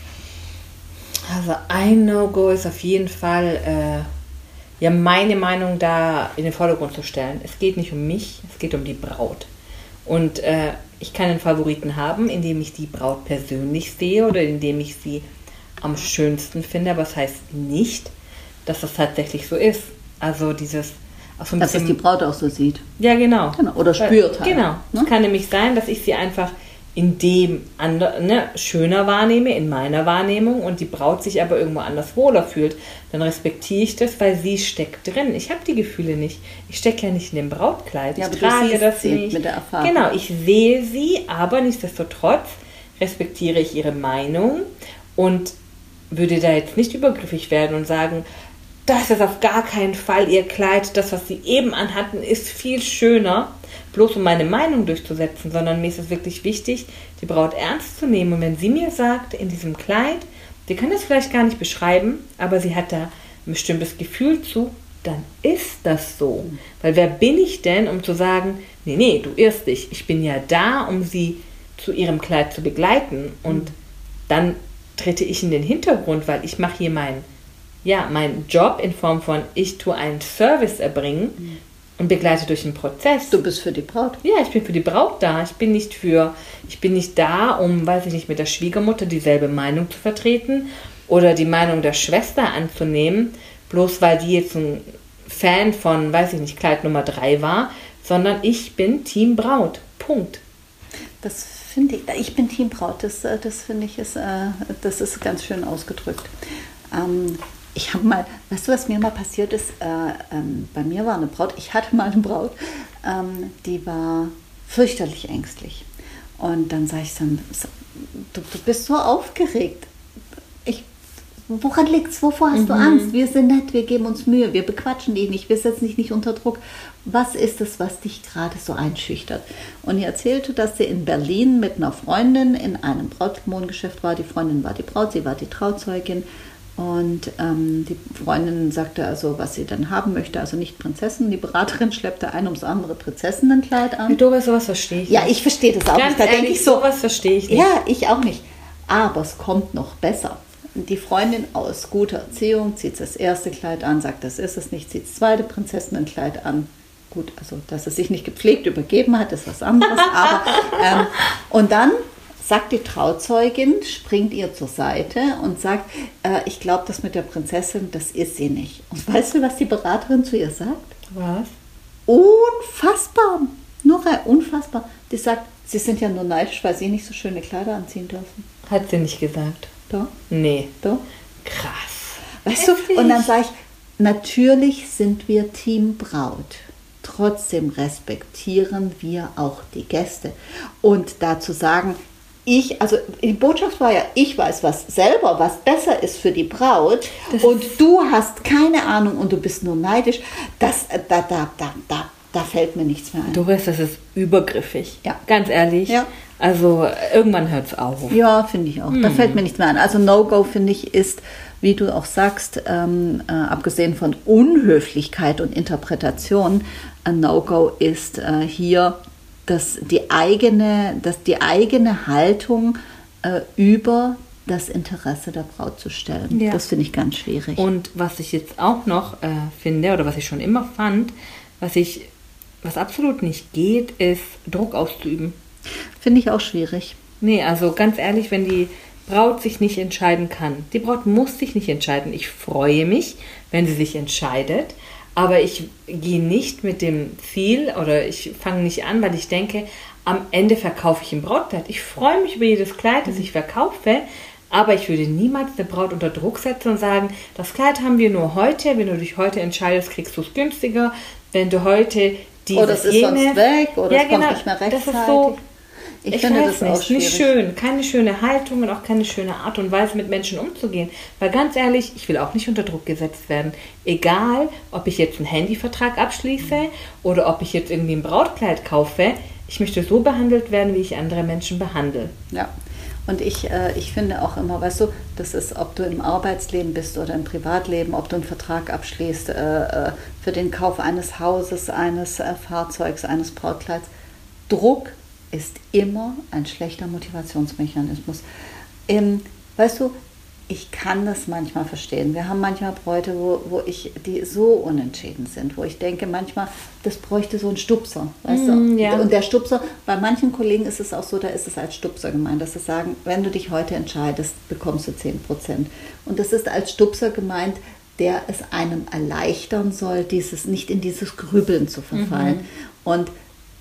S2: Also ein No-Go ist auf jeden Fall, äh, ja, meine Meinung da in den Vordergrund zu stellen. Es geht nicht um mich, es geht um die Braut. Und äh, ich kann einen Favoriten haben, indem ich die Braut persönlich sehe oder indem ich sie am schönsten finde, aber das heißt nicht, dass das tatsächlich so ist. Also dieses... Auch so ein
S1: dass
S2: bisschen,
S1: es die Braut auch so sieht.
S2: Ja, genau.
S1: genau. Oder spürt halt.
S2: Genau. Es ne? kann nämlich sein, dass ich sie einfach in dem andre, ne, schöner wahrnehme, in meiner Wahrnehmung, und die Braut sich aber irgendwo anders wohler fühlt. Dann respektiere ich das, weil sie steckt drin. Ich habe die Gefühle nicht. Ich stecke ja nicht in dem Brautkleid.
S1: Ja,
S2: ich trage das nicht.
S1: Mit der Erfahrung.
S2: Genau, ich sehe sie, aber nichtsdestotrotz respektiere ich ihre Meinung und würde da jetzt nicht übergriffig werden und sagen, das ist auf gar keinen Fall ihr Kleid, das, was sie eben anhatten, ist viel schöner, bloß um meine Meinung durchzusetzen, sondern mir ist es wirklich wichtig, die Braut ernst zu nehmen. Und wenn sie mir sagt, in diesem Kleid, sie kann das vielleicht gar nicht beschreiben, aber sie hat da ein bestimmtes Gefühl zu, dann ist das so. Mhm. Weil wer bin ich denn, um zu sagen, nee, nee, du irrst dich. Ich bin ja da, um sie zu ihrem Kleid zu begleiten. Und mhm. dann trete ich in den Hintergrund, weil ich mache hier meinen ja, mein Job in Form von, ich tue einen Service erbringen mhm. und begleite durch den Prozess.
S1: Du bist für die Braut?
S2: Ja, ich bin für die Braut da. Ich bin nicht für, ich bin nicht da, um, weiß ich nicht, mit der Schwiegermutter dieselbe Meinung zu vertreten oder die Meinung der Schwester anzunehmen, bloß weil die jetzt ein Fan von, weiß ich nicht, Kleid Nummer drei war, sondern ich bin Team Braut. Punkt.
S1: Das finde ich, ich bin Team Braut. Das, das finde ich, ist, das ist ganz schön ausgedrückt. Ähm, Ich habe mal, weißt du, was mir mal passiert ist? Äh, ähm, bei mir war eine Braut, ich hatte mal eine Braut, ähm, die war fürchterlich ängstlich. Und dann sage ich dann, du, du bist so aufgeregt. Ich, woran liegt es? Wovor hast mhm. du Angst? Wir sind nett, wir geben uns Mühe, wir bequatschen dich nicht, wir setzen dich nicht unter Druck. Was ist es, was dich gerade so einschüchtert? Und ihr erzählte, dass sie in Berlin mit einer Freundin in einem Brautmodengeschäft war. Die Freundin war die Braut, sie war die Trauzeugin. Und ähm, die Freundin sagte also, was sie dann haben möchte, also nicht Prinzessin. Die Beraterin schleppte ein ums andere Prinzessinnenkleid an.
S2: Doris, sowas verstehe ich
S1: Ja,
S2: nicht.
S1: ich verstehe das auch
S2: Ganz
S1: nicht. Da
S2: ehrlich,
S1: denke ich so,
S2: sowas verstehe ich nicht.
S1: Ja, ich auch nicht. Aber es kommt noch besser. Die Freundin aus guter Erziehung zieht das erste Kleid an, sagt, das ist es nicht, zieht das zweite Prinzessinnenkleid an. Gut, also dass es sich nicht gepflegt übergeben hat, ist was anderes. aber ähm, und dann sagt die Trauzeugin, springt ihr zur Seite und sagt, äh, ich glaube, das mit der Prinzessin, das ist sie nicht. Und weißt du, was die Beraterin zu ihr sagt?
S2: Was?
S1: Unfassbar. Nur unfassbar. Die sagt, sie sind ja nur neidisch, weil sie nicht so schöne Kleider anziehen dürfen.
S2: Hat sie nicht gesagt.
S1: Doch?
S2: Nee.
S1: Doch?
S2: Krass.
S1: Weißt Heftig. du, und dann sage ich, natürlich sind wir Team Braut. Trotzdem respektieren wir auch die Gäste. Und dazu sagen, ich, also die Botschaft war ja, ich weiß was selber, was besser ist für die Braut das und du hast keine Ahnung und du bist nur neidisch. Das, da, da, da, da, Da fällt mir nichts mehr ein.
S2: Doris, das ist übergriffig.
S1: Ja.
S2: Ganz ehrlich.
S1: Ja.
S2: Also irgendwann hört es auf.
S1: Ja, finde ich auch. Hm. Da fällt mir nichts mehr ein. Also No-Go, finde ich, ist, wie du auch sagst, ähm, äh, abgesehen von Unhöflichkeit und Interpretation, ein No-Go ist äh, hier, dass die eigene, dass die eigene Haltung äh, über das Interesse der Braut zu stellen. Ja. Das finde ich ganz schwierig.
S2: Und was ich jetzt auch noch äh, finde, oder was ich schon immer fand, was ich, was absolut nicht geht, ist Druck auszuüben.
S1: Finde ich auch schwierig.
S2: Nee, also ganz ehrlich, wenn die Braut sich nicht entscheiden kann, die Braut muss sich nicht entscheiden. Ich freue mich, wenn sie sich entscheidet, aber ich gehe nicht mit dem Ziel oder ich fange nicht an, weil ich denke, am Ende verkaufe ich ein Brautkleid. Ich freue mich über jedes Kleid, das ich verkaufe, aber ich würde niemals eine Braut unter Druck setzen und sagen, das Kleid haben wir nur heute, wenn du dich heute entscheidest, kriegst du es günstiger. Wenn du heute dieses,
S1: oder es ist jenes, sonst weg, oder
S2: ja,
S1: es
S2: genau,
S1: kommt nicht mehr rechtzeitig.
S2: Das ist so,
S1: ich,
S2: ich
S1: finde
S2: weiß
S1: das auch
S2: nicht, nicht schön. Keine schöne Haltung und auch keine schöne Art und Weise, mit Menschen umzugehen. Weil ganz ehrlich, ich will auch nicht unter Druck gesetzt werden. Egal, ob ich jetzt einen Handyvertrag abschließe oder ob ich jetzt irgendwie ein Brautkleid kaufe, ich möchte so behandelt werden, wie ich andere Menschen behandle.
S1: Ja. Und ich, äh, ich finde auch immer, weißt du, das ist, ob du im Arbeitsleben bist oder im Privatleben, ob du einen Vertrag abschließt äh, für den Kauf eines Hauses, eines äh, Fahrzeugs, eines Brautkleids. Druck ist immer ein schlechter Motivationsmechanismus. Ähm, weißt du, ich kann das manchmal verstehen. Wir haben manchmal Bräute, wo, wo ich, die so unentschieden sind, wo ich denke, manchmal, das bräuchte so einen Stupser, weißt
S2: mm,
S1: du?
S2: Ja.
S1: Und der Stupser, bei manchen Kollegen ist es auch so, da ist es als Stupser gemeint, dass sie sagen, wenn du dich heute entscheidest, bekommst du zehn Prozent. Und das ist als Stupser gemeint, der es einem erleichtern soll, dieses, nicht in dieses Grübeln zu verfallen. Mhm. Und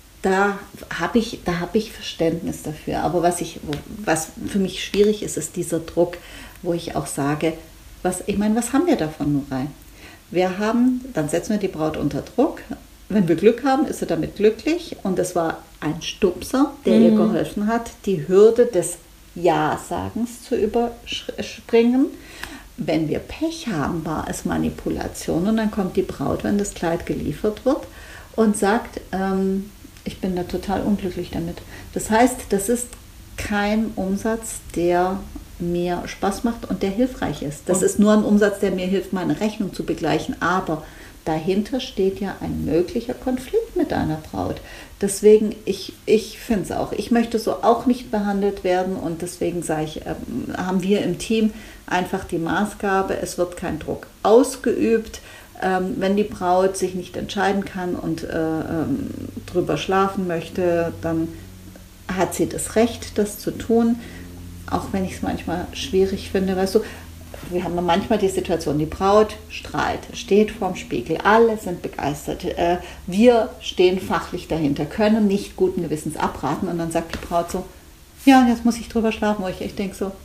S1: da habe ich, da habe ich Verständnis dafür. Aber was, ich, was für mich schwierig ist, ist dieser Druck, wo ich auch sage, was, ich meine, was haben wir davon, Nurey? Wir haben, dann setzen wir die Braut unter Druck. Wenn wir Glück haben, ist sie damit glücklich. Und es war ein Stupser, der mhm. ihr geholfen hat, die Hürde des Ja-Sagens zu überspringen. Wenn wir Pech haben, war es Manipulation. Und dann kommt die Braut, wenn das Kleid geliefert wird, und sagt, ähm, ich bin da total unglücklich damit. Das heißt, das ist kein Umsatz, der mir Spaß macht und der hilfreich ist. Das ist nur ein Umsatz, der mir hilft, meine Rechnung zu begleichen. Aber dahinter steht ja ein möglicher Konflikt mit einer Braut. Deswegen, ich, ich finde es auch. Ich möchte so auch nicht behandelt werden und deswegen sage ich, äh, haben wir im Team einfach die Maßgabe, es wird kein Druck ausgeübt. Ähm, wenn die Braut sich nicht entscheiden kann und äh, ähm, drüber schlafen möchte, dann hat sie das Recht, das zu tun. Auch wenn ich es manchmal schwierig finde, weißt du, wir haben manchmal die Situation, die Braut strahlt, steht vorm Spiegel, alle sind begeistert, äh, wir stehen fachlich dahinter, können nicht guten Gewissens abraten und dann sagt die Braut so, ja, und jetzt muss ich drüber schlafen, wo ich echt denke so,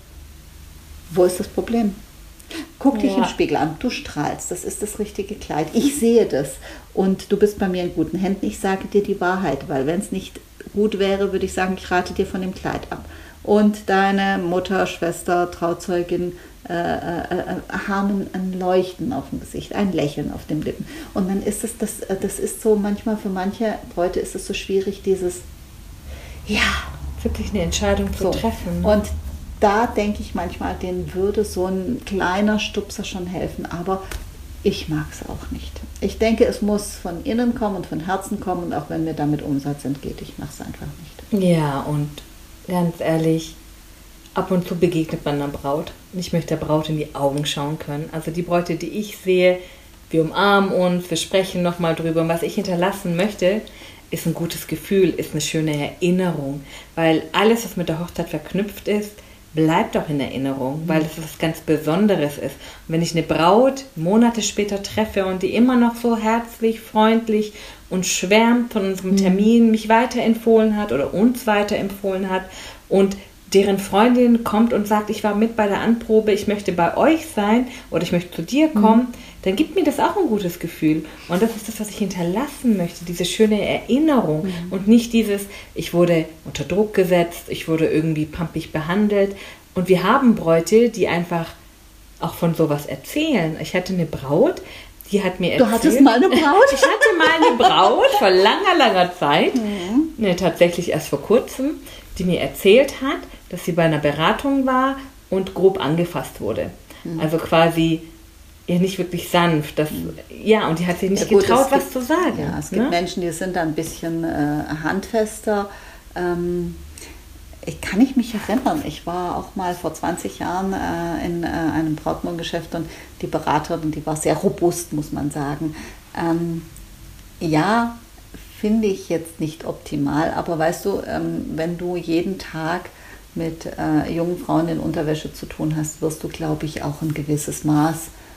S1: wo ist das Problem? Guck dich ja. im Spiegel an, du strahlst, das ist das richtige Kleid, ich sehe das und du bist bei mir in guten Händen, ich sage dir die Wahrheit, weil wenn es nicht gut wäre, würde ich sagen, ich rate dir von dem Kleid ab. Und deine Mutter, Schwester, Trauzeugin äh, äh, haben ein Leuchten auf dem Gesicht, ein Lächeln auf den Lippen. Und dann ist es, das, das ist so, manchmal für manche Bräute ist es so schwierig, dieses, ja,
S2: wirklich eine Entscheidung zu
S1: so.
S2: treffen.
S1: Und da denke ich manchmal, denen würde so ein kleiner Stupser schon helfen, aber ich mag es auch nicht. Ich denke, es muss von innen kommen und von Herzen kommen und auch wenn mir damit Umsatz entgeht, ich mache es einfach nicht.
S2: Ja, und ganz ehrlich, ab und zu begegnet man einer Braut. Und ich möchte der Braut in die Augen schauen können. Also die Bräute, die ich sehe, wir umarmen uns, wir sprechen nochmal drüber. Und was ich hinterlassen möchte, ist ein gutes Gefühl, ist eine schöne Erinnerung. Weil alles, was mit der Hochzeit verknüpft ist, bleibt auch in Erinnerung, weil es was ganz Besonderes ist. Und wenn ich eine Braut Monate später treffe und die immer noch so herzlich, freundlich und schwärmt von unserem Termin, mich weiterempfohlen hat oder uns weiterempfohlen hat und deren Freundin kommt und sagt, ich war mit bei der Anprobe, ich möchte bei euch sein oder ich möchte zu dir kommen, mhm. dann gibt mir das auch ein gutes Gefühl. Und das ist das, was ich hinterlassen möchte, diese schöne Erinnerung mhm. und nicht dieses, ich wurde unter Druck gesetzt, ich wurde irgendwie pampig behandelt. Und wir haben Bräute, die einfach auch von sowas erzählen. Ich hatte eine Braut, die hat mir erzählt...
S1: Du hattest mal eine Braut?
S2: Ich hatte mal eine Braut vor langer, langer Zeit, mhm. ne, tatsächlich erst vor kurzem, die mir erzählt hat, dass sie bei einer Beratung war und grob angefasst wurde. Mhm. Also quasi... ja, nicht wirklich sanft. Das, ja, und die hat sich nicht ja, gut, getraut, was gibt, zu sagen.
S1: Ja, es
S2: ne?
S1: gibt Menschen, die sind da ein bisschen äh, handfester. Ähm, ich kann ich mich erinnern, ich war auch mal vor zwanzig Jahren äh, in äh, einem Brautmodengeschäft und die Beraterin, die war sehr robust, muss man sagen. Ähm, ja, finde ich jetzt nicht optimal, aber weißt du, ähm, wenn du jeden Tag mit äh, jungen Frauen in Unterwäsche zu tun hast, wirst du, glaube ich, auch ein gewisses Maß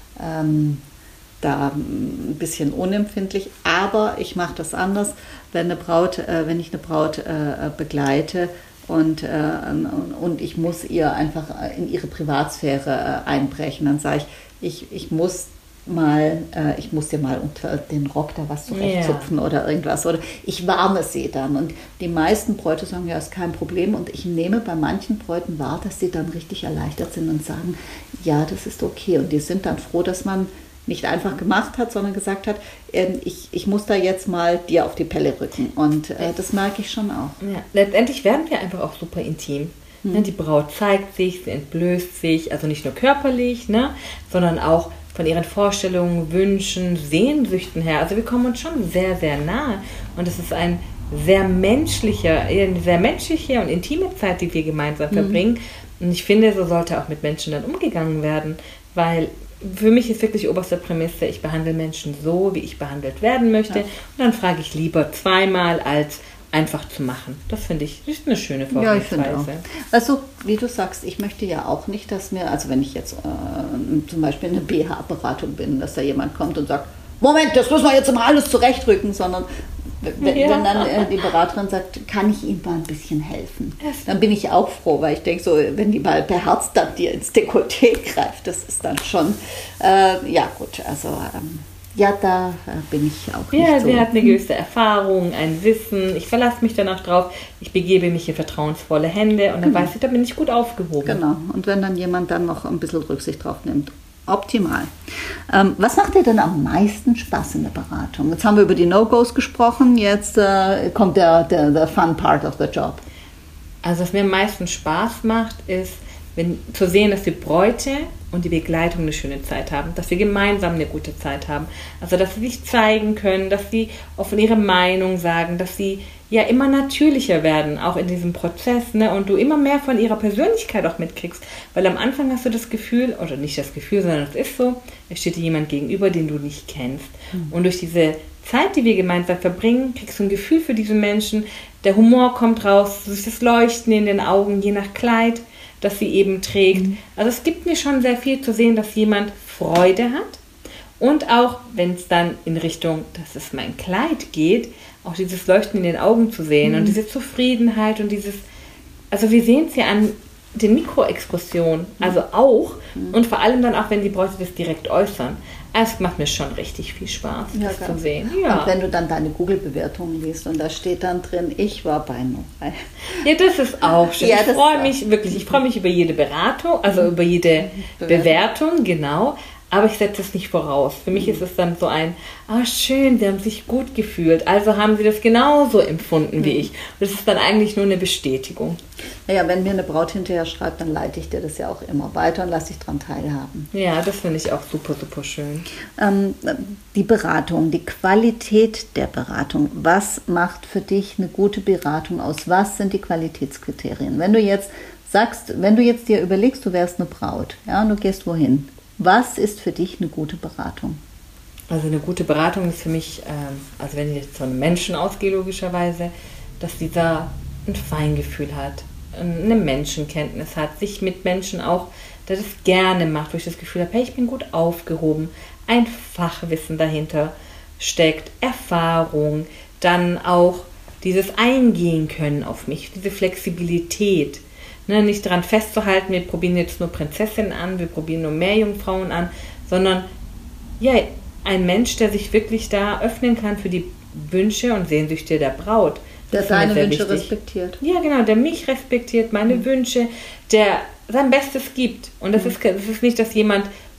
S1: Ähm, da ein bisschen unempfindlich, aber ich mache das anders, wenn eine Braut, äh, wenn ich eine Braut äh, begleite und, äh, und ich muss ihr einfach in ihre Privatsphäre äh, einbrechen, dann sage ich, ich, ich muss mal, äh, ich muss dir mal unter den Rock da was zurechtzupfen yeah. oder irgendwas oder ich warne sie dann und die meisten Bräute sagen, ja, ist kein Problem und ich nehme bei manchen Bräuten wahr, dass sie dann richtig erleichtert sind und sagen, ja, das ist okay und die sind dann froh, dass man nicht einfach gemacht hat, sondern gesagt hat, äh, ich, ich muss da jetzt mal dir auf die Pelle rücken und äh, das merke ich schon auch.
S2: Ja, letztendlich werden wir einfach auch super intim. Hm. Ne, die Braut zeigt sich, sie entblößt sich, also nicht nur körperlich, ne, sondern auch von ihren Vorstellungen, Wünschen, Sehnsüchten her. Also wir kommen uns schon sehr, sehr nahe. Und es ist ein sehr menschlicher, eine sehr menschliche und intime Zeit, die wir gemeinsam mhm. verbringen. Und ich finde, so sollte auch mit Menschen dann umgegangen werden. Weil für mich ist wirklich oberste Prämisse, ich behandle Menschen so, wie ich behandelt werden möchte. Ja. Und dann frage ich lieber zweimal als einfach zu machen. Das finde ich, ist eine schöne Vorgehensweise. Ja, ich finde
S1: auch. Also, wie du sagst, ich möchte ja auch nicht, dass mir, also wenn ich jetzt äh, zum Beispiel in einer B H-Beratung bin, dass da jemand kommt und sagt, Moment, das müssen wir jetzt mal alles zurechtrücken, sondern wenn, ja. wenn dann äh, die Beraterin sagt, kann ich Ihnen mal ein bisschen helfen? Dann bin ich auch froh, weil ich denke so, wenn die mal beherzt dann dir ins Dekolleté greift, das ist dann schon, äh, ja gut, also ähm, ja, da bin ich auch nicht
S2: ja,
S1: so.
S2: Ja, sie hat eine gewisse Erfahrung, ein Wissen. Ich verlasse mich dann auch drauf. Ich begebe mich in vertrauensvolle Hände und dann genau. weiß ich, da bin ich gut aufgehoben.
S1: Genau. Und wenn dann jemand dann noch ein bisschen Rücksicht drauf nimmt, optimal. Ähm, was macht dir denn am meisten Spaß in der Beratung? Jetzt haben wir über die No-Gos gesprochen. Jetzt äh, kommt der, der, der fun part of the job.
S2: Also was mir am meisten Spaß macht, ist, wenn, zu sehen, dass die Bräute und die Begleitung eine schöne Zeit haben, dass wir gemeinsam eine gute Zeit haben. Also, dass sie sich zeigen können, dass sie offen ihre Meinung sagen, dass sie ja immer natürlicher werden, auch in diesem Prozess, ne? Und du immer mehr von ihrer Persönlichkeit auch mitkriegst. Weil am Anfang hast du das Gefühl, oder nicht das Gefühl, sondern es ist so, es steht dir jemand gegenüber, den du nicht kennst. Mhm. Und durch diese Zeit, die wir gemeinsam verbringen, kriegst du ein Gefühl für diese Menschen. Der Humor kommt raus, durch das Leuchten in den Augen, je nach Kleid, das sie eben trägt. Mhm. Also es gibt mir schon sehr viel zu sehen, dass jemand Freude hat und auch, wenn es dann in Richtung, das ist mein Kleid geht, auch dieses Leuchten in den Augen zu sehen mhm. und diese Zufriedenheit und dieses, also wir sehen es ja an den Mikroexpressionen, also auch mhm. und vor allem dann auch, wenn die Bräute das direkt äußern. Es macht mir schon richtig viel Spaß, ja, das zu sehen. Ja.
S1: Und wenn du dann deine Google-Bewertungen liest und da steht dann drin, ich war bei Noray.
S2: Ja, das ist auch schön. Ja, ich freue mich wirklich, ich freue mich über jede Beratung, also über jede Bewertung, Bewertung genau. Aber ich setze es nicht voraus. Für mich ist es dann so ein, ah schön, sie haben sich gut gefühlt, also haben sie das genauso empfunden wie ich. Und das ist dann eigentlich nur eine Bestätigung.
S1: Naja, wenn mir eine Braut hinterher schreibt, dann leite ich dir das ja auch immer weiter und lasse dich daran teilhaben.
S2: Ja, das finde ich auch super, super schön.
S1: Ähm, die Beratung, die Qualität der Beratung. Was macht für dich eine gute Beratung aus? Was sind die Qualitätskriterien? Wenn du jetzt sagst, wenn du jetzt dir überlegst, du wärst eine Braut, ja, und du gehst wohin, was ist für dich eine gute Beratung?
S2: Also eine gute Beratung ist für mich, ähm, also wenn ich jetzt von einem Menschen ausgehe, logischerweise, dass dieser ein Feingefühl hat, eine Menschenkenntnis hat, sich mit Menschen auch, der das gerne macht, wo ich das Gefühl habe, hey, ich bin gut aufgehoben, ein Fachwissen dahinter steckt, Erfahrung, dann auch dieses Eingehen können auf mich, diese Flexibilität. Ne, nicht daran festzuhalten, wir probieren jetzt nur Prinzessinnen an, wir probieren nur Meerjungfrauen an, sondern ja, ein Mensch, der sich wirklich da öffnen kann für die Wünsche und Sehnsüchte der Braut.
S1: Der deine Wünsche wichtig. respektiert.
S2: Ja, genau, der mich respektiert, meine mhm. Wünsche, der sein Bestes gibt. Und das, mhm. ist, das ist nicht, dass jemand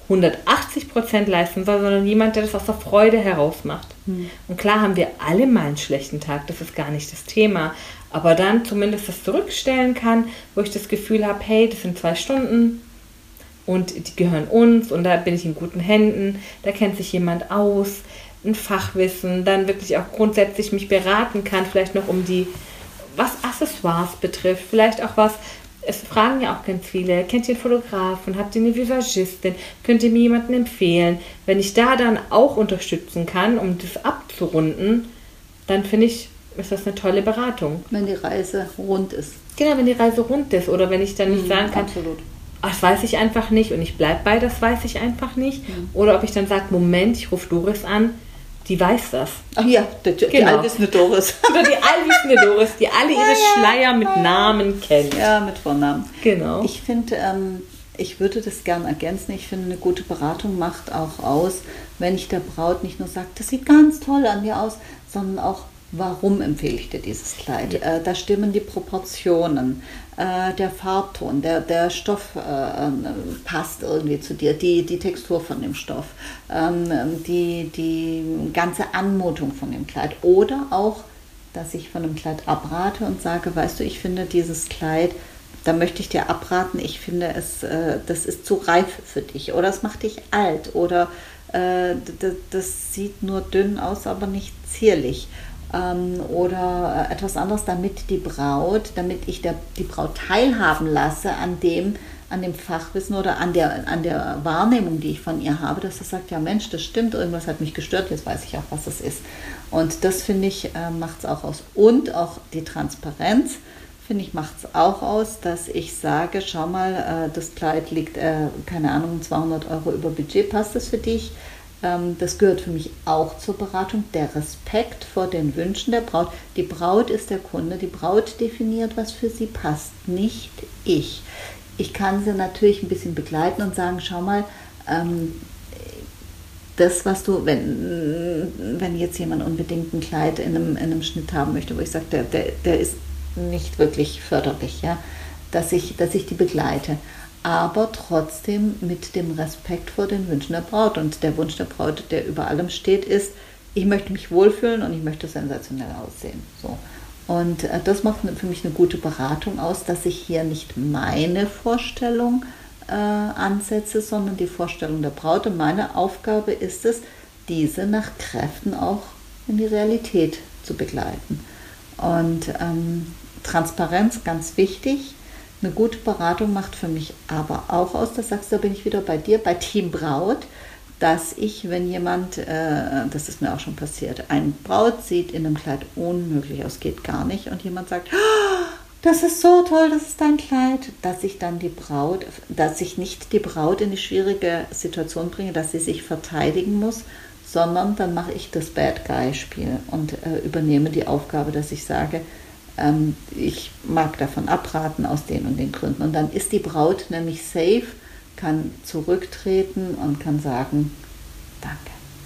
S2: hundertachtzig Prozent leisten soll, sondern jemand, der das aus der Freude heraus macht. Mhm. Und klar haben wir alle mal einen schlechten Tag, das ist gar nicht das Thema, aber dann zumindest das zurückstellen kann, wo ich das Gefühl habe, hey, das sind zwei Stunden und die gehören uns und da bin ich in guten Händen, da kennt sich jemand aus, ein Fachwissen, dann wirklich auch grundsätzlich mich beraten kann, vielleicht noch um die, was Accessoires betrifft, vielleicht auch was, es fragen ja auch ganz viele, kennt ihr einen Fotografen, habt ihr eine Visagistin, könnt ihr mir jemanden empfehlen? Wenn ich da dann auch unterstützen kann, um das abzurunden, dann finde ich, ist das eine tolle Beratung.
S1: Wenn die Reise rund ist.
S2: Genau, wenn die Reise rund ist oder wenn ich dann nicht mhm, sagen kann,
S1: absolut.
S2: Ach, das weiß ich einfach nicht und ich bleibe bei, das weiß ich einfach nicht. Mhm. Oder ob ich dann sage, Moment, ich rufe Doris an, die weiß das.
S1: Ach ja, die, die
S2: genau.
S1: allwissende Doris.
S2: Oder die allwissende Doris, die alle ihre ja, ja. Schleier mit Namen kennt.
S1: Ja, mit Vornamen.
S2: Genau.
S1: Ich finde, ähm, ich würde das gern ergänzen. Ich finde, eine gute Beratung macht auch aus, wenn ich der Braut nicht nur sage, das sieht ganz toll an dir aus, sondern auch, warum empfehle ich dir dieses Kleid? Ja. Äh, da stimmen die Proportionen, äh, der Farbton, der, der Stoff äh, passt irgendwie zu dir, die, die Textur von dem Stoff, ähm, die, die ganze Anmutung von dem Kleid. Oder auch, dass ich von dem Kleid abrate und sage, weißt du, ich finde dieses Kleid, da möchte ich dir abraten, ich finde es, äh, das ist zu reif für dich oder es macht dich alt oder äh, das, das sieht nur dünn aus, aber nicht zierlich. Oder etwas anderes, damit die Braut, damit ich der, die Braut teilhaben lasse an dem, an dem Fachwissen oder an der, an der Wahrnehmung, die ich von ihr habe, dass sie sagt, ja Mensch, das stimmt, irgendwas hat mich gestört, jetzt weiß ich auch, was es ist. Und das, finde ich, macht es auch aus. Und auch die Transparenz, finde ich, macht es auch aus, dass ich sage, schau mal, das Kleid liegt, keine Ahnung, zweihundert Euro über Budget, passt das für dich? Das gehört für mich auch zur Beratung, der Respekt vor den Wünschen der Braut. Die Braut ist der Kunde, die Braut definiert, was für sie passt, nicht ich. Ich kann sie natürlich ein bisschen begleiten und sagen, schau mal, ähm, das, was du, wenn, wenn jetzt jemand unbedingt ein Kleid in einem, in einem Schnitt haben möchte, wo ich sage, der, der, der ist nicht wirklich förderlich, ja, dass ich, dass ich die begleite. Aber trotzdem mit dem Respekt vor den Wünschen der Braut. Und der Wunsch der Braut, der über allem steht, ist, ich möchte mich wohlfühlen und ich möchte sensationell aussehen. So. Und äh, das macht für mich eine gute Beratung aus, dass ich hier nicht meine Vorstellung äh, ansetze, sondern die Vorstellung der Braut. Und meine Aufgabe ist es, diese nach Kräften auch in die Realität zu begleiten. Und ähm, Transparenz, ganz wichtig. Eine gute Beratung macht für mich aber auch aus, das sagst du, da bin ich wieder bei dir, bei Team Braut, dass ich, wenn jemand, äh, das ist mir auch schon passiert, ein Braut sieht in einem Kleid unmöglich aus, geht gar nicht und jemand sagt, oh, das ist so toll, das ist dein Kleid, dass ich dann die Braut, dass ich nicht die Braut in die schwierige Situation bringe, dass sie sich verteidigen muss, sondern dann mache ich das Bad Guy-Spiel und äh, übernehme die Aufgabe, dass ich sage, ich mag davon abraten aus den und den Gründen. Und dann ist die Braut nämlich safe, kann zurücktreten und kann sagen, danke.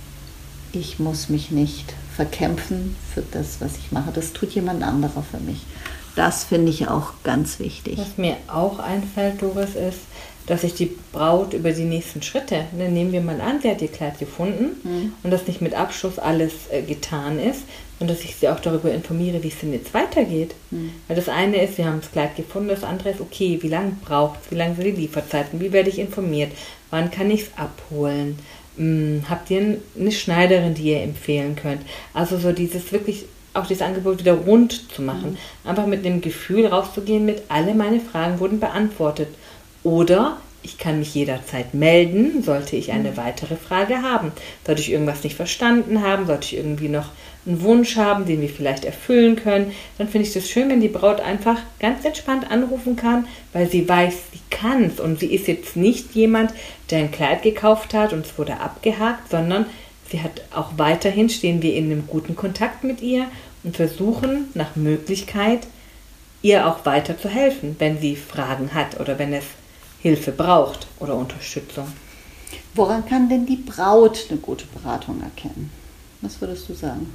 S1: Ich muss mich nicht verkämpfen für das, was ich mache. Das tut jemand anderer für mich. Das finde ich auch ganz wichtig.
S2: Was mir auch einfällt, Doris, ist, dass ich die Braut über die nächsten Schritte, ne, nehmen wir mal an, sie hat ihr Kleid gefunden mhm. und dass nicht mit Abschluss alles äh, getan ist und dass ich sie auch darüber informiere, wie es denn jetzt weitergeht. Mhm. Weil das eine ist, wir haben das Kleid gefunden, das andere ist, okay, wie lange braucht es, wie lange sind die Lieferzeiten, wie werde ich informiert, wann kann ich es abholen, hm, habt ihr eine Schneiderin, die ihr empfehlen könnt. Also so dieses wirklich, auch dieses Angebot wieder rund zu machen. Mhm. Einfach mit dem Gefühl rauszugehen, mit alle meine Fragen wurden beantwortet. Oder ich kann mich jederzeit melden, sollte ich eine weitere Frage haben. Sollte ich irgendwas nicht verstanden haben, sollte ich irgendwie noch einen Wunsch haben, den wir vielleicht erfüllen können, dann finde ich das schön, wenn die Braut einfach ganz entspannt anrufen kann, weil sie weiß, sie kann es. Und sie ist jetzt nicht jemand, der ein Kleid gekauft hat und es wurde abgehakt, sondern sie hat auch weiterhin, stehen wir in einem guten Kontakt mit ihr und versuchen nach Möglichkeit, ihr auch weiter zu helfen, wenn sie Fragen hat oder wenn es Hilfe braucht oder Unterstützung.
S1: Woran kann denn die Braut eine gute Beratung erkennen? Was würdest du sagen?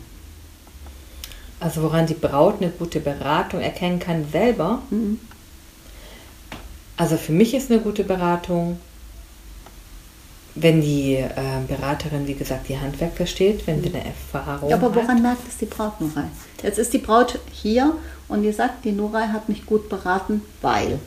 S2: Also woran die Braut eine gute Beratung erkennen kann selber? Mhm. Also für mich ist eine gute Beratung, wenn die äh, Beraterin, wie gesagt, ihr Handwerk versteht, wenn sie eine Erfahrung
S1: ja, aber woran
S2: hat.
S1: merkt es die Braut, Nuray? Jetzt ist die Braut hier und die sagt, die Nuray hat mich gut beraten, weil...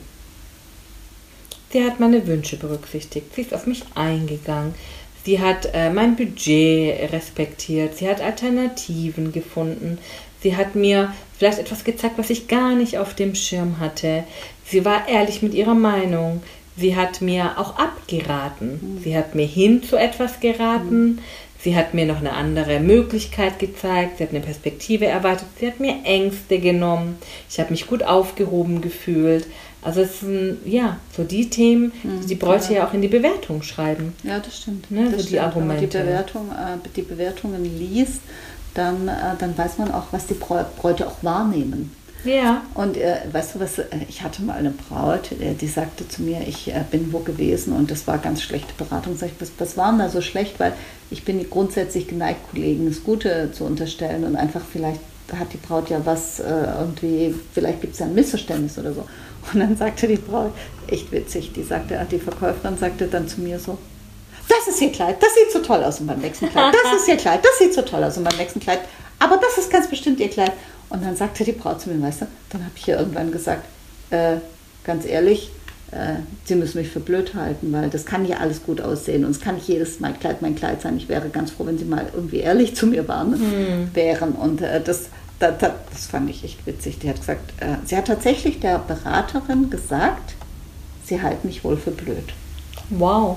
S2: Sie hat meine Wünsche berücksichtigt. Sie ist auf mich eingegangen. Sie hat äh, mein Budget respektiert. Sie hat Alternativen gefunden. Sie hat mir vielleicht etwas gezeigt, was ich gar nicht auf dem Schirm hatte. Sie war ehrlich mit ihrer Meinung. Sie hat mir auch abgeraten. Mhm. Sie hat mir hin zu etwas geraten. Mhm. Sie hat mir noch eine andere Möglichkeit gezeigt. Sie hat eine Perspektive erweitert. Sie hat mir Ängste genommen. Ich habe mich gut aufgehoben gefühlt. Also es sind, ja, so die Themen, die die Bräute ja. ja auch in die Bewertung schreiben.
S1: Ja, das stimmt.
S2: Ne?
S1: Das
S2: so
S1: stimmt.
S2: die Argumente.
S1: Wenn man die, Bewertung, äh, die Bewertungen liest, dann, äh, dann weiß man auch, was die Bräute auch wahrnehmen.
S2: Ja.
S1: Und äh, weißt du was, ich hatte mal eine Braut, die sagte zu mir, ich äh, bin wo gewesen und das war ganz schlechte Beratung. Sag ich, was, was war denn da so schlecht? Weil ich bin grundsätzlich geneigt, Kollegen das Gute zu unterstellen und einfach vielleicht hat die Braut ja was äh, irgendwie, vielleicht gibt es ja ein Missverständnis oder so. Und dann sagte die Braut, echt witzig, die sagte, die Verkäuferin sagte dann zu mir so, das ist ihr Kleid, das sieht so toll aus und beim nächsten Kleid, das ist ihr Kleid, das sieht so toll aus und beim nächsten Kleid, aber das ist ganz bestimmt ihr Kleid. Und dann sagte die Braut zu mir, weißt du, dann habe ich ihr irgendwann gesagt, äh, ganz ehrlich, äh, Sie müssen mich für blöd halten, weil das kann ja alles gut aussehen und es kann nicht jedes mein Kleid mein Kleid sein. Ich wäre ganz froh, wenn Sie mal irgendwie ehrlich zu mir waren, hm. wären. Und äh, das, da, da, das fand ich echt witzig. Die hat gesagt, äh, sie hat tatsächlich der Beraterin gesagt, sie halten mich wohl für blöd.
S2: Wow.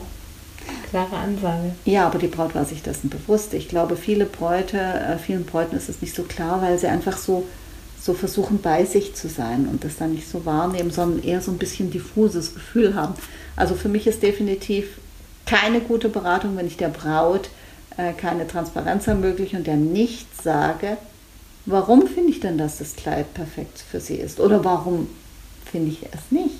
S2: Klare Ansage.
S1: Ja, aber die Braut war sich dessen bewusst. Ich glaube, viele Bräute, äh, vielen Bräuten ist es nicht so klar, weil sie einfach so, so versuchen, bei sich zu sein und das dann nicht so wahrnehmen, sondern eher so ein bisschen diffuses Gefühl haben. Also für mich ist definitiv keine gute Beratung, wenn ich der Braut äh, keine Transparenz ermögliche und der nicht sage, warum finde ich denn, dass das Kleid perfekt für sie ist oder warum finde ich es nicht.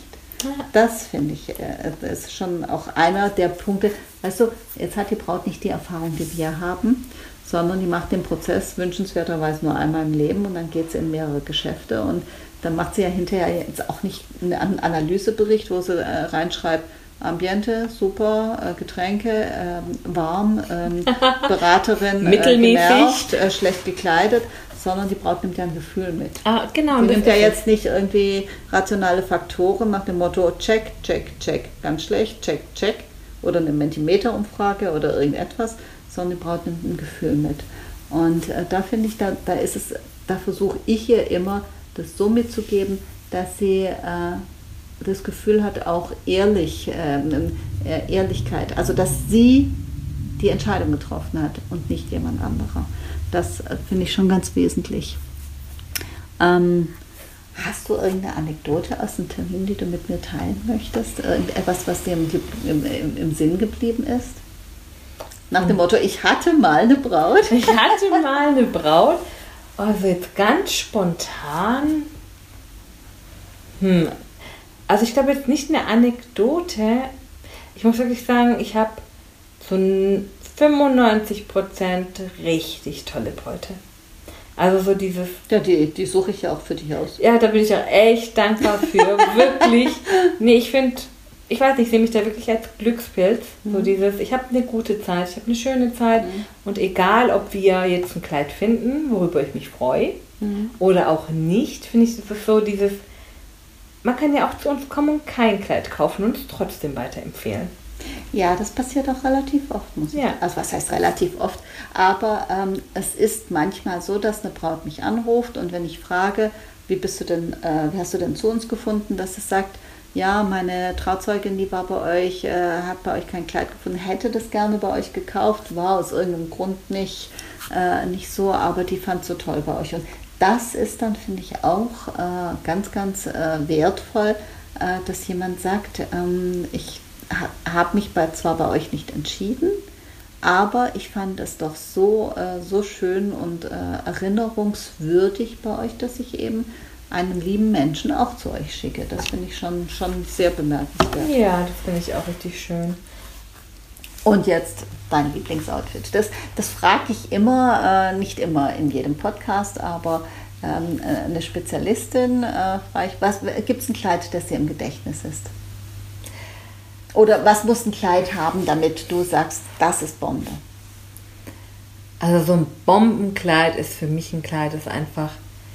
S1: Das finde ich, das ist schon auch einer der Punkte. Weißt du, jetzt hat die Braut nicht die Erfahrung, die wir haben, sondern die macht den Prozess wünschenswerterweise nur einmal im Leben und dann geht sie in mehrere Geschäfte und dann macht sie ja hinterher jetzt auch nicht einen Analysebericht, wo sie reinschreibt, Ambiente, super, Getränke, warm, Beraterin, genervt, schlecht gekleidet, sondern die Braut nimmt ja ein Gefühl mit.
S2: Ah, genau.
S1: Die nimmt ja jetzt nicht irgendwie rationale Faktoren nach dem Motto check, check, check, ganz schlecht, check, check oder eine Mentimeter-Umfrage oder irgendetwas, sondern die Braut nimmt ein Gefühl mit. Und äh, da finde ich, da, da ist es, da versuche ich ihr immer, das so mitzugeben, dass sie äh, das Gefühl hat, auch ehrlich, äh, Ehrlichkeit, also dass sie die Entscheidung getroffen hat und nicht jemand anderer. Das äh, finde ich schon ganz wesentlich. Ähm, hast du irgendeine Anekdote aus dem Termin, die du mit mir teilen möchtest? Irgendetwas, was dir im, im, im, im Sinn geblieben ist? Nach dem Motto, ich hatte mal eine Braut.
S2: Ich hatte mal eine Braut. Also jetzt ganz spontan. Hm. Also ich glaube jetzt nicht eine Anekdote. Ich muss wirklich sagen, ich habe so fünfundneunzig Prozent richtig tolle Bräute. Also so dieses...
S1: Ja, die, die suche ich ja auch für dich aus.
S2: Ja, da bin ich auch echt dankbar für. Wirklich. Nee, ich finde, ich weiß nicht, ich sehe mich da wirklich als Glückspilz. Mhm. So dieses, ich habe eine gute Zeit, ich habe eine schöne Zeit. Mhm. Und egal, ob wir jetzt ein Kleid finden, worüber ich mich freue, mhm. oder auch nicht, finde ich, das ist so dieses... Man kann ja auch zu uns kommen und kein Kleid kaufen und es trotzdem weiterempfehlen.
S1: Ja, das passiert auch relativ oft, muss ich
S2: ja.
S1: sagen. Also was heißt relativ oft? Aber ähm, es ist manchmal so, dass eine Braut mich anruft und wenn ich frage, wie bist du denn, äh, wie hast du denn zu uns gefunden, dass es sagt, ja, meine Trauzeugin, die war bei euch, äh, hat bei euch kein Kleid gefunden, hätte das gerne bei euch gekauft, war aus irgendeinem Grund nicht, äh, nicht so, aber die fand es so toll bei euch. Und das ist dann, finde ich, auch äh, ganz, ganz äh, wertvoll, äh, dass jemand sagt, ähm, ich habe mich bei, zwar bei euch nicht entschieden, aber ich fand es doch so, äh, so schön und äh, erinnerungswürdig bei euch, dass ich eben einen lieben Menschen auch zu euch schicke. Das finde ich schon, schon sehr bemerkenswert.
S2: Ja, das finde ich auch richtig schön.
S1: Und jetzt dein Lieblingsoutfit. Das, das frage ich immer, äh, nicht immer in jedem Podcast, aber ähm, eine Spezialistin äh, frage ich, was gibt es ein Kleid, das dir im Gedächtnis ist? Oder was muss ein Kleid haben, damit du sagst, das ist Bombe?
S2: Also so ein Bombenkleid ist für mich ein Kleid, das einfach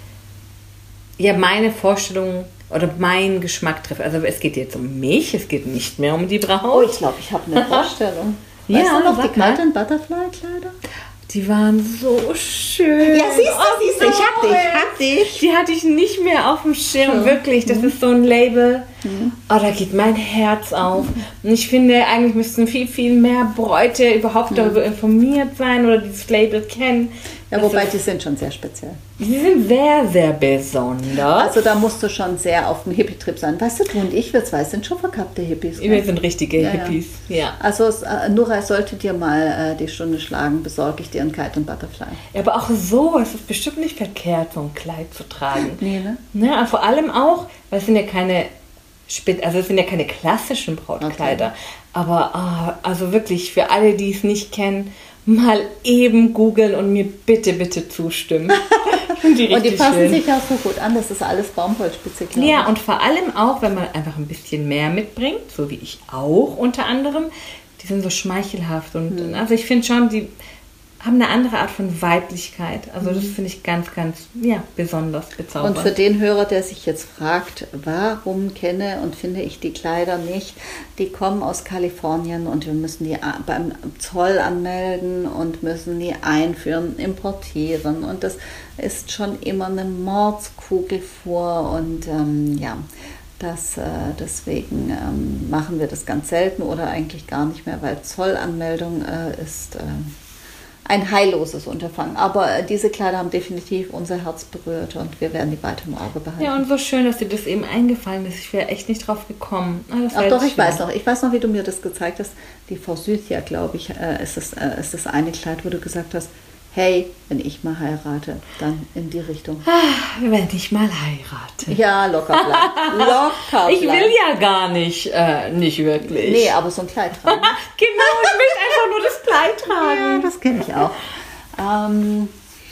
S2: ja meine Vorstellung oder meinen Geschmack trifft. Also es geht jetzt um mich, es geht nicht mehr um die Braut.
S1: Oh, ich glaube, ich habe eine Vorstellung. Weißt
S2: ja,
S1: du noch die
S2: sag mal.
S1: kalten Butterfly-Kleider?
S2: Die waren so schön.
S1: Ja, siehst du,
S2: Oh,
S1: siehst du, ich hab dich,
S2: sorry.
S1: ich hab dich.
S2: Die hatte ich nicht mehr auf dem Schirm,
S1: Mhm.
S2: wirklich. Das ist so ein Label. Oh, da geht mein Herz auf. Und ich finde, eigentlich müssten viel, viel mehr Bräute überhaupt darüber informiert sein oder dieses Label kennen.
S1: Ja,
S2: Das
S1: wobei
S2: ist,
S1: die sind schon sehr speziell.
S2: die sind sehr, sehr besonders.
S1: Also da musst du schon sehr auf dem Hippie-Trip sein. Weißt du, du und ich, wir zwei sind schon verkappte Hippies.
S2: Wir
S1: Gell?
S2: sind richtige
S1: Ja, ja.
S2: Hippies. Ja.
S1: Also es, äh, Nora, sollte dir mal äh, die Stunde schlagen, besorge ich dir ein Kite und Butterfly.
S2: Ja, aber auch so, es ist bestimmt nicht verkehrt, so ein Kleid zu tragen.
S1: Nee, ne?
S2: Ja, vor allem auch, weil es sind ja keine, Spe- also es sind ja keine klassischen Brautkleider,
S1: Okay.
S2: aber ah, also wirklich für alle, die es nicht kennen, mal eben googeln und mir bitte, bitte zustimmen. die
S1: Und die
S2: richtig
S1: passen
S2: schön.
S1: sich auch so gut an, das ist alles Baumwollspitze, glaube
S2: Ja,
S1: ich.
S2: und vor allem auch, wenn man einfach ein bisschen mehr mitbringt, so wie ich auch unter anderem, die sind so schmeichelhaft und
S1: Hm.
S2: also ich finde schon, die haben eine andere Art von Weiblichkeit. Also das finde ich ganz, ganz, ja, besonders bezaubernd.
S1: Und für den Hörer, der sich jetzt fragt, warum kenne und finde ich die Kleider nicht, die kommen aus Kalifornien und wir müssen die a- beim Zoll anmelden und müssen die einführen, importieren. Und das ist schon immer eine Mordskugel vor und ähm, ja, das, äh, deswegen ähm, machen wir das ganz selten oder eigentlich gar nicht mehr, weil Zollanmeldung äh, ist äh, ein heilloses Unterfangen. Aber äh, diese Kleider haben definitiv unser Herz berührt und wir werden die weiter im Auge behalten.
S2: Ja, und so schön, dass dir das eben eingefallen ist. Ich wäre echt nicht drauf gekommen. Ah, das war
S1: Ach
S2: jetzt
S1: doch, ich
S2: schön.
S1: weiß noch. Ich weiß noch, wie du mir das gezeigt hast. Die Forsythia, glaube ich, äh, ist, das, äh, ist das eine Kleid, wo du gesagt hast, hey, wenn ich mal heirate, dann in die Richtung.
S2: Ah, wenn ich mal heirate.
S1: Ja, locker bleiben. Locker
S2: Ich will
S1: bleiben.
S2: ja gar nicht, äh, nicht wirklich.
S1: Nee, aber so ein Kleid tragen.
S2: Genau, ich möchte einfach nur das Kleid tragen.
S1: Ja, das kenne ich auch. Ähm,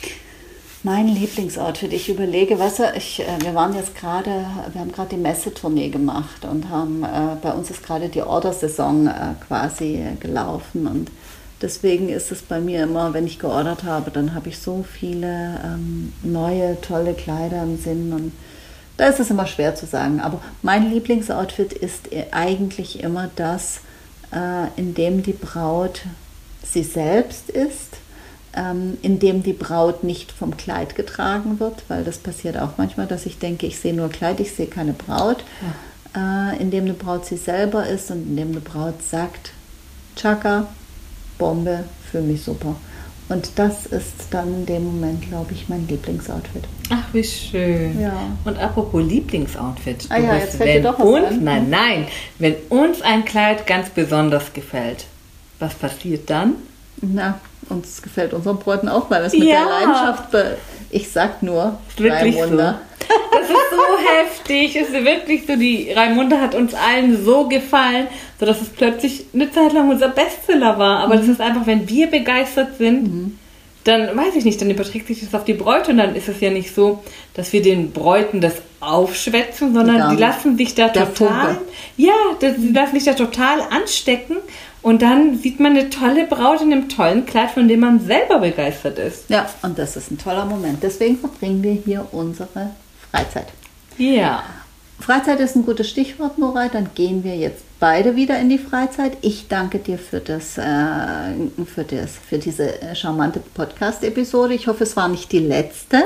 S1: mein Lieblingsoutfit, ich überlege, weißt du, ich, äh, wir waren jetzt gerade, wir haben gerade die Messetournee gemacht und haben, äh, bei uns ist gerade die Ordersaison äh, quasi äh, gelaufen und deswegen ist es bei mir immer, wenn ich geordert habe, dann habe ich so viele ähm, neue, tolle Kleider im Sinn und da ist es immer schwer zu sagen. Aber mein Lieblingsoutfit ist eigentlich immer das, äh, in dem die Braut sie selbst ist, ähm, in dem die Braut nicht vom Kleid getragen wird, weil das passiert auch manchmal, dass ich denke, ich sehe nur Kleid, ich sehe keine Braut, ja. äh, in dem eine Braut sie selber ist und in dem eine Braut sagt, Chaka, Bombe, für mich super. Und das ist dann in dem Moment, glaube ich, mein Lieblingsoutfit.
S2: Ach, wie schön.
S1: Ja.
S2: Und apropos Lieblingsoutfit.
S1: Ah ja,
S2: Doris,
S1: jetzt fällt dir
S2: wenn
S1: doch was
S2: uns,
S1: ein.
S2: Nein, nein. Wenn uns ein Kleid ganz besonders gefällt, was passiert dann?
S1: Na, uns gefällt unseren Bräuten auch, weil es mit
S2: Ja.
S1: der Leidenschaft, be- ich sag nur,
S2: Wirklich
S1: Raimunda.
S2: Das ist so heftig. Es ist wirklich so, die Raimunda hat uns allen so gefallen, sodass es plötzlich eine Zeit lang unser Bestseller war. Aber das ist einfach, wenn wir begeistert sind, dann weiß ich nicht, dann überträgt sich das auf die Bräute und dann ist es ja nicht so, dass wir den Bräuten das aufschwätzen, sondern
S1: Gar
S2: die
S1: nicht.
S2: lassen sich da
S1: Der
S2: total,
S1: Funke.
S2: ja, das, die lassen sich da total anstecken und dann sieht man eine tolle Braut in einem tollen Kleid, von dem man selber begeistert ist.
S1: Ja, und das ist ein toller Moment. Deswegen verbringen wir hier unsere Freizeit.
S2: Ja.
S1: Freizeit ist ein gutes Stichwort, Nora. Dann gehen wir jetzt beide wieder in die Freizeit. Ich danke dir für, das, äh, für, das, für diese äh, charmante Podcast-Episode. Ich hoffe, es war nicht die letzte.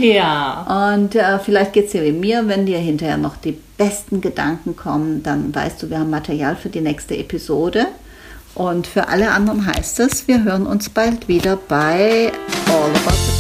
S2: Ja.
S1: Und äh, vielleicht geht es dir wie mir, wenn dir hinterher noch die besten Gedanken kommen, dann weißt du, wir haben Material für die nächste Episode. Und für alle anderen heißt es, wir hören uns bald wieder bei All About the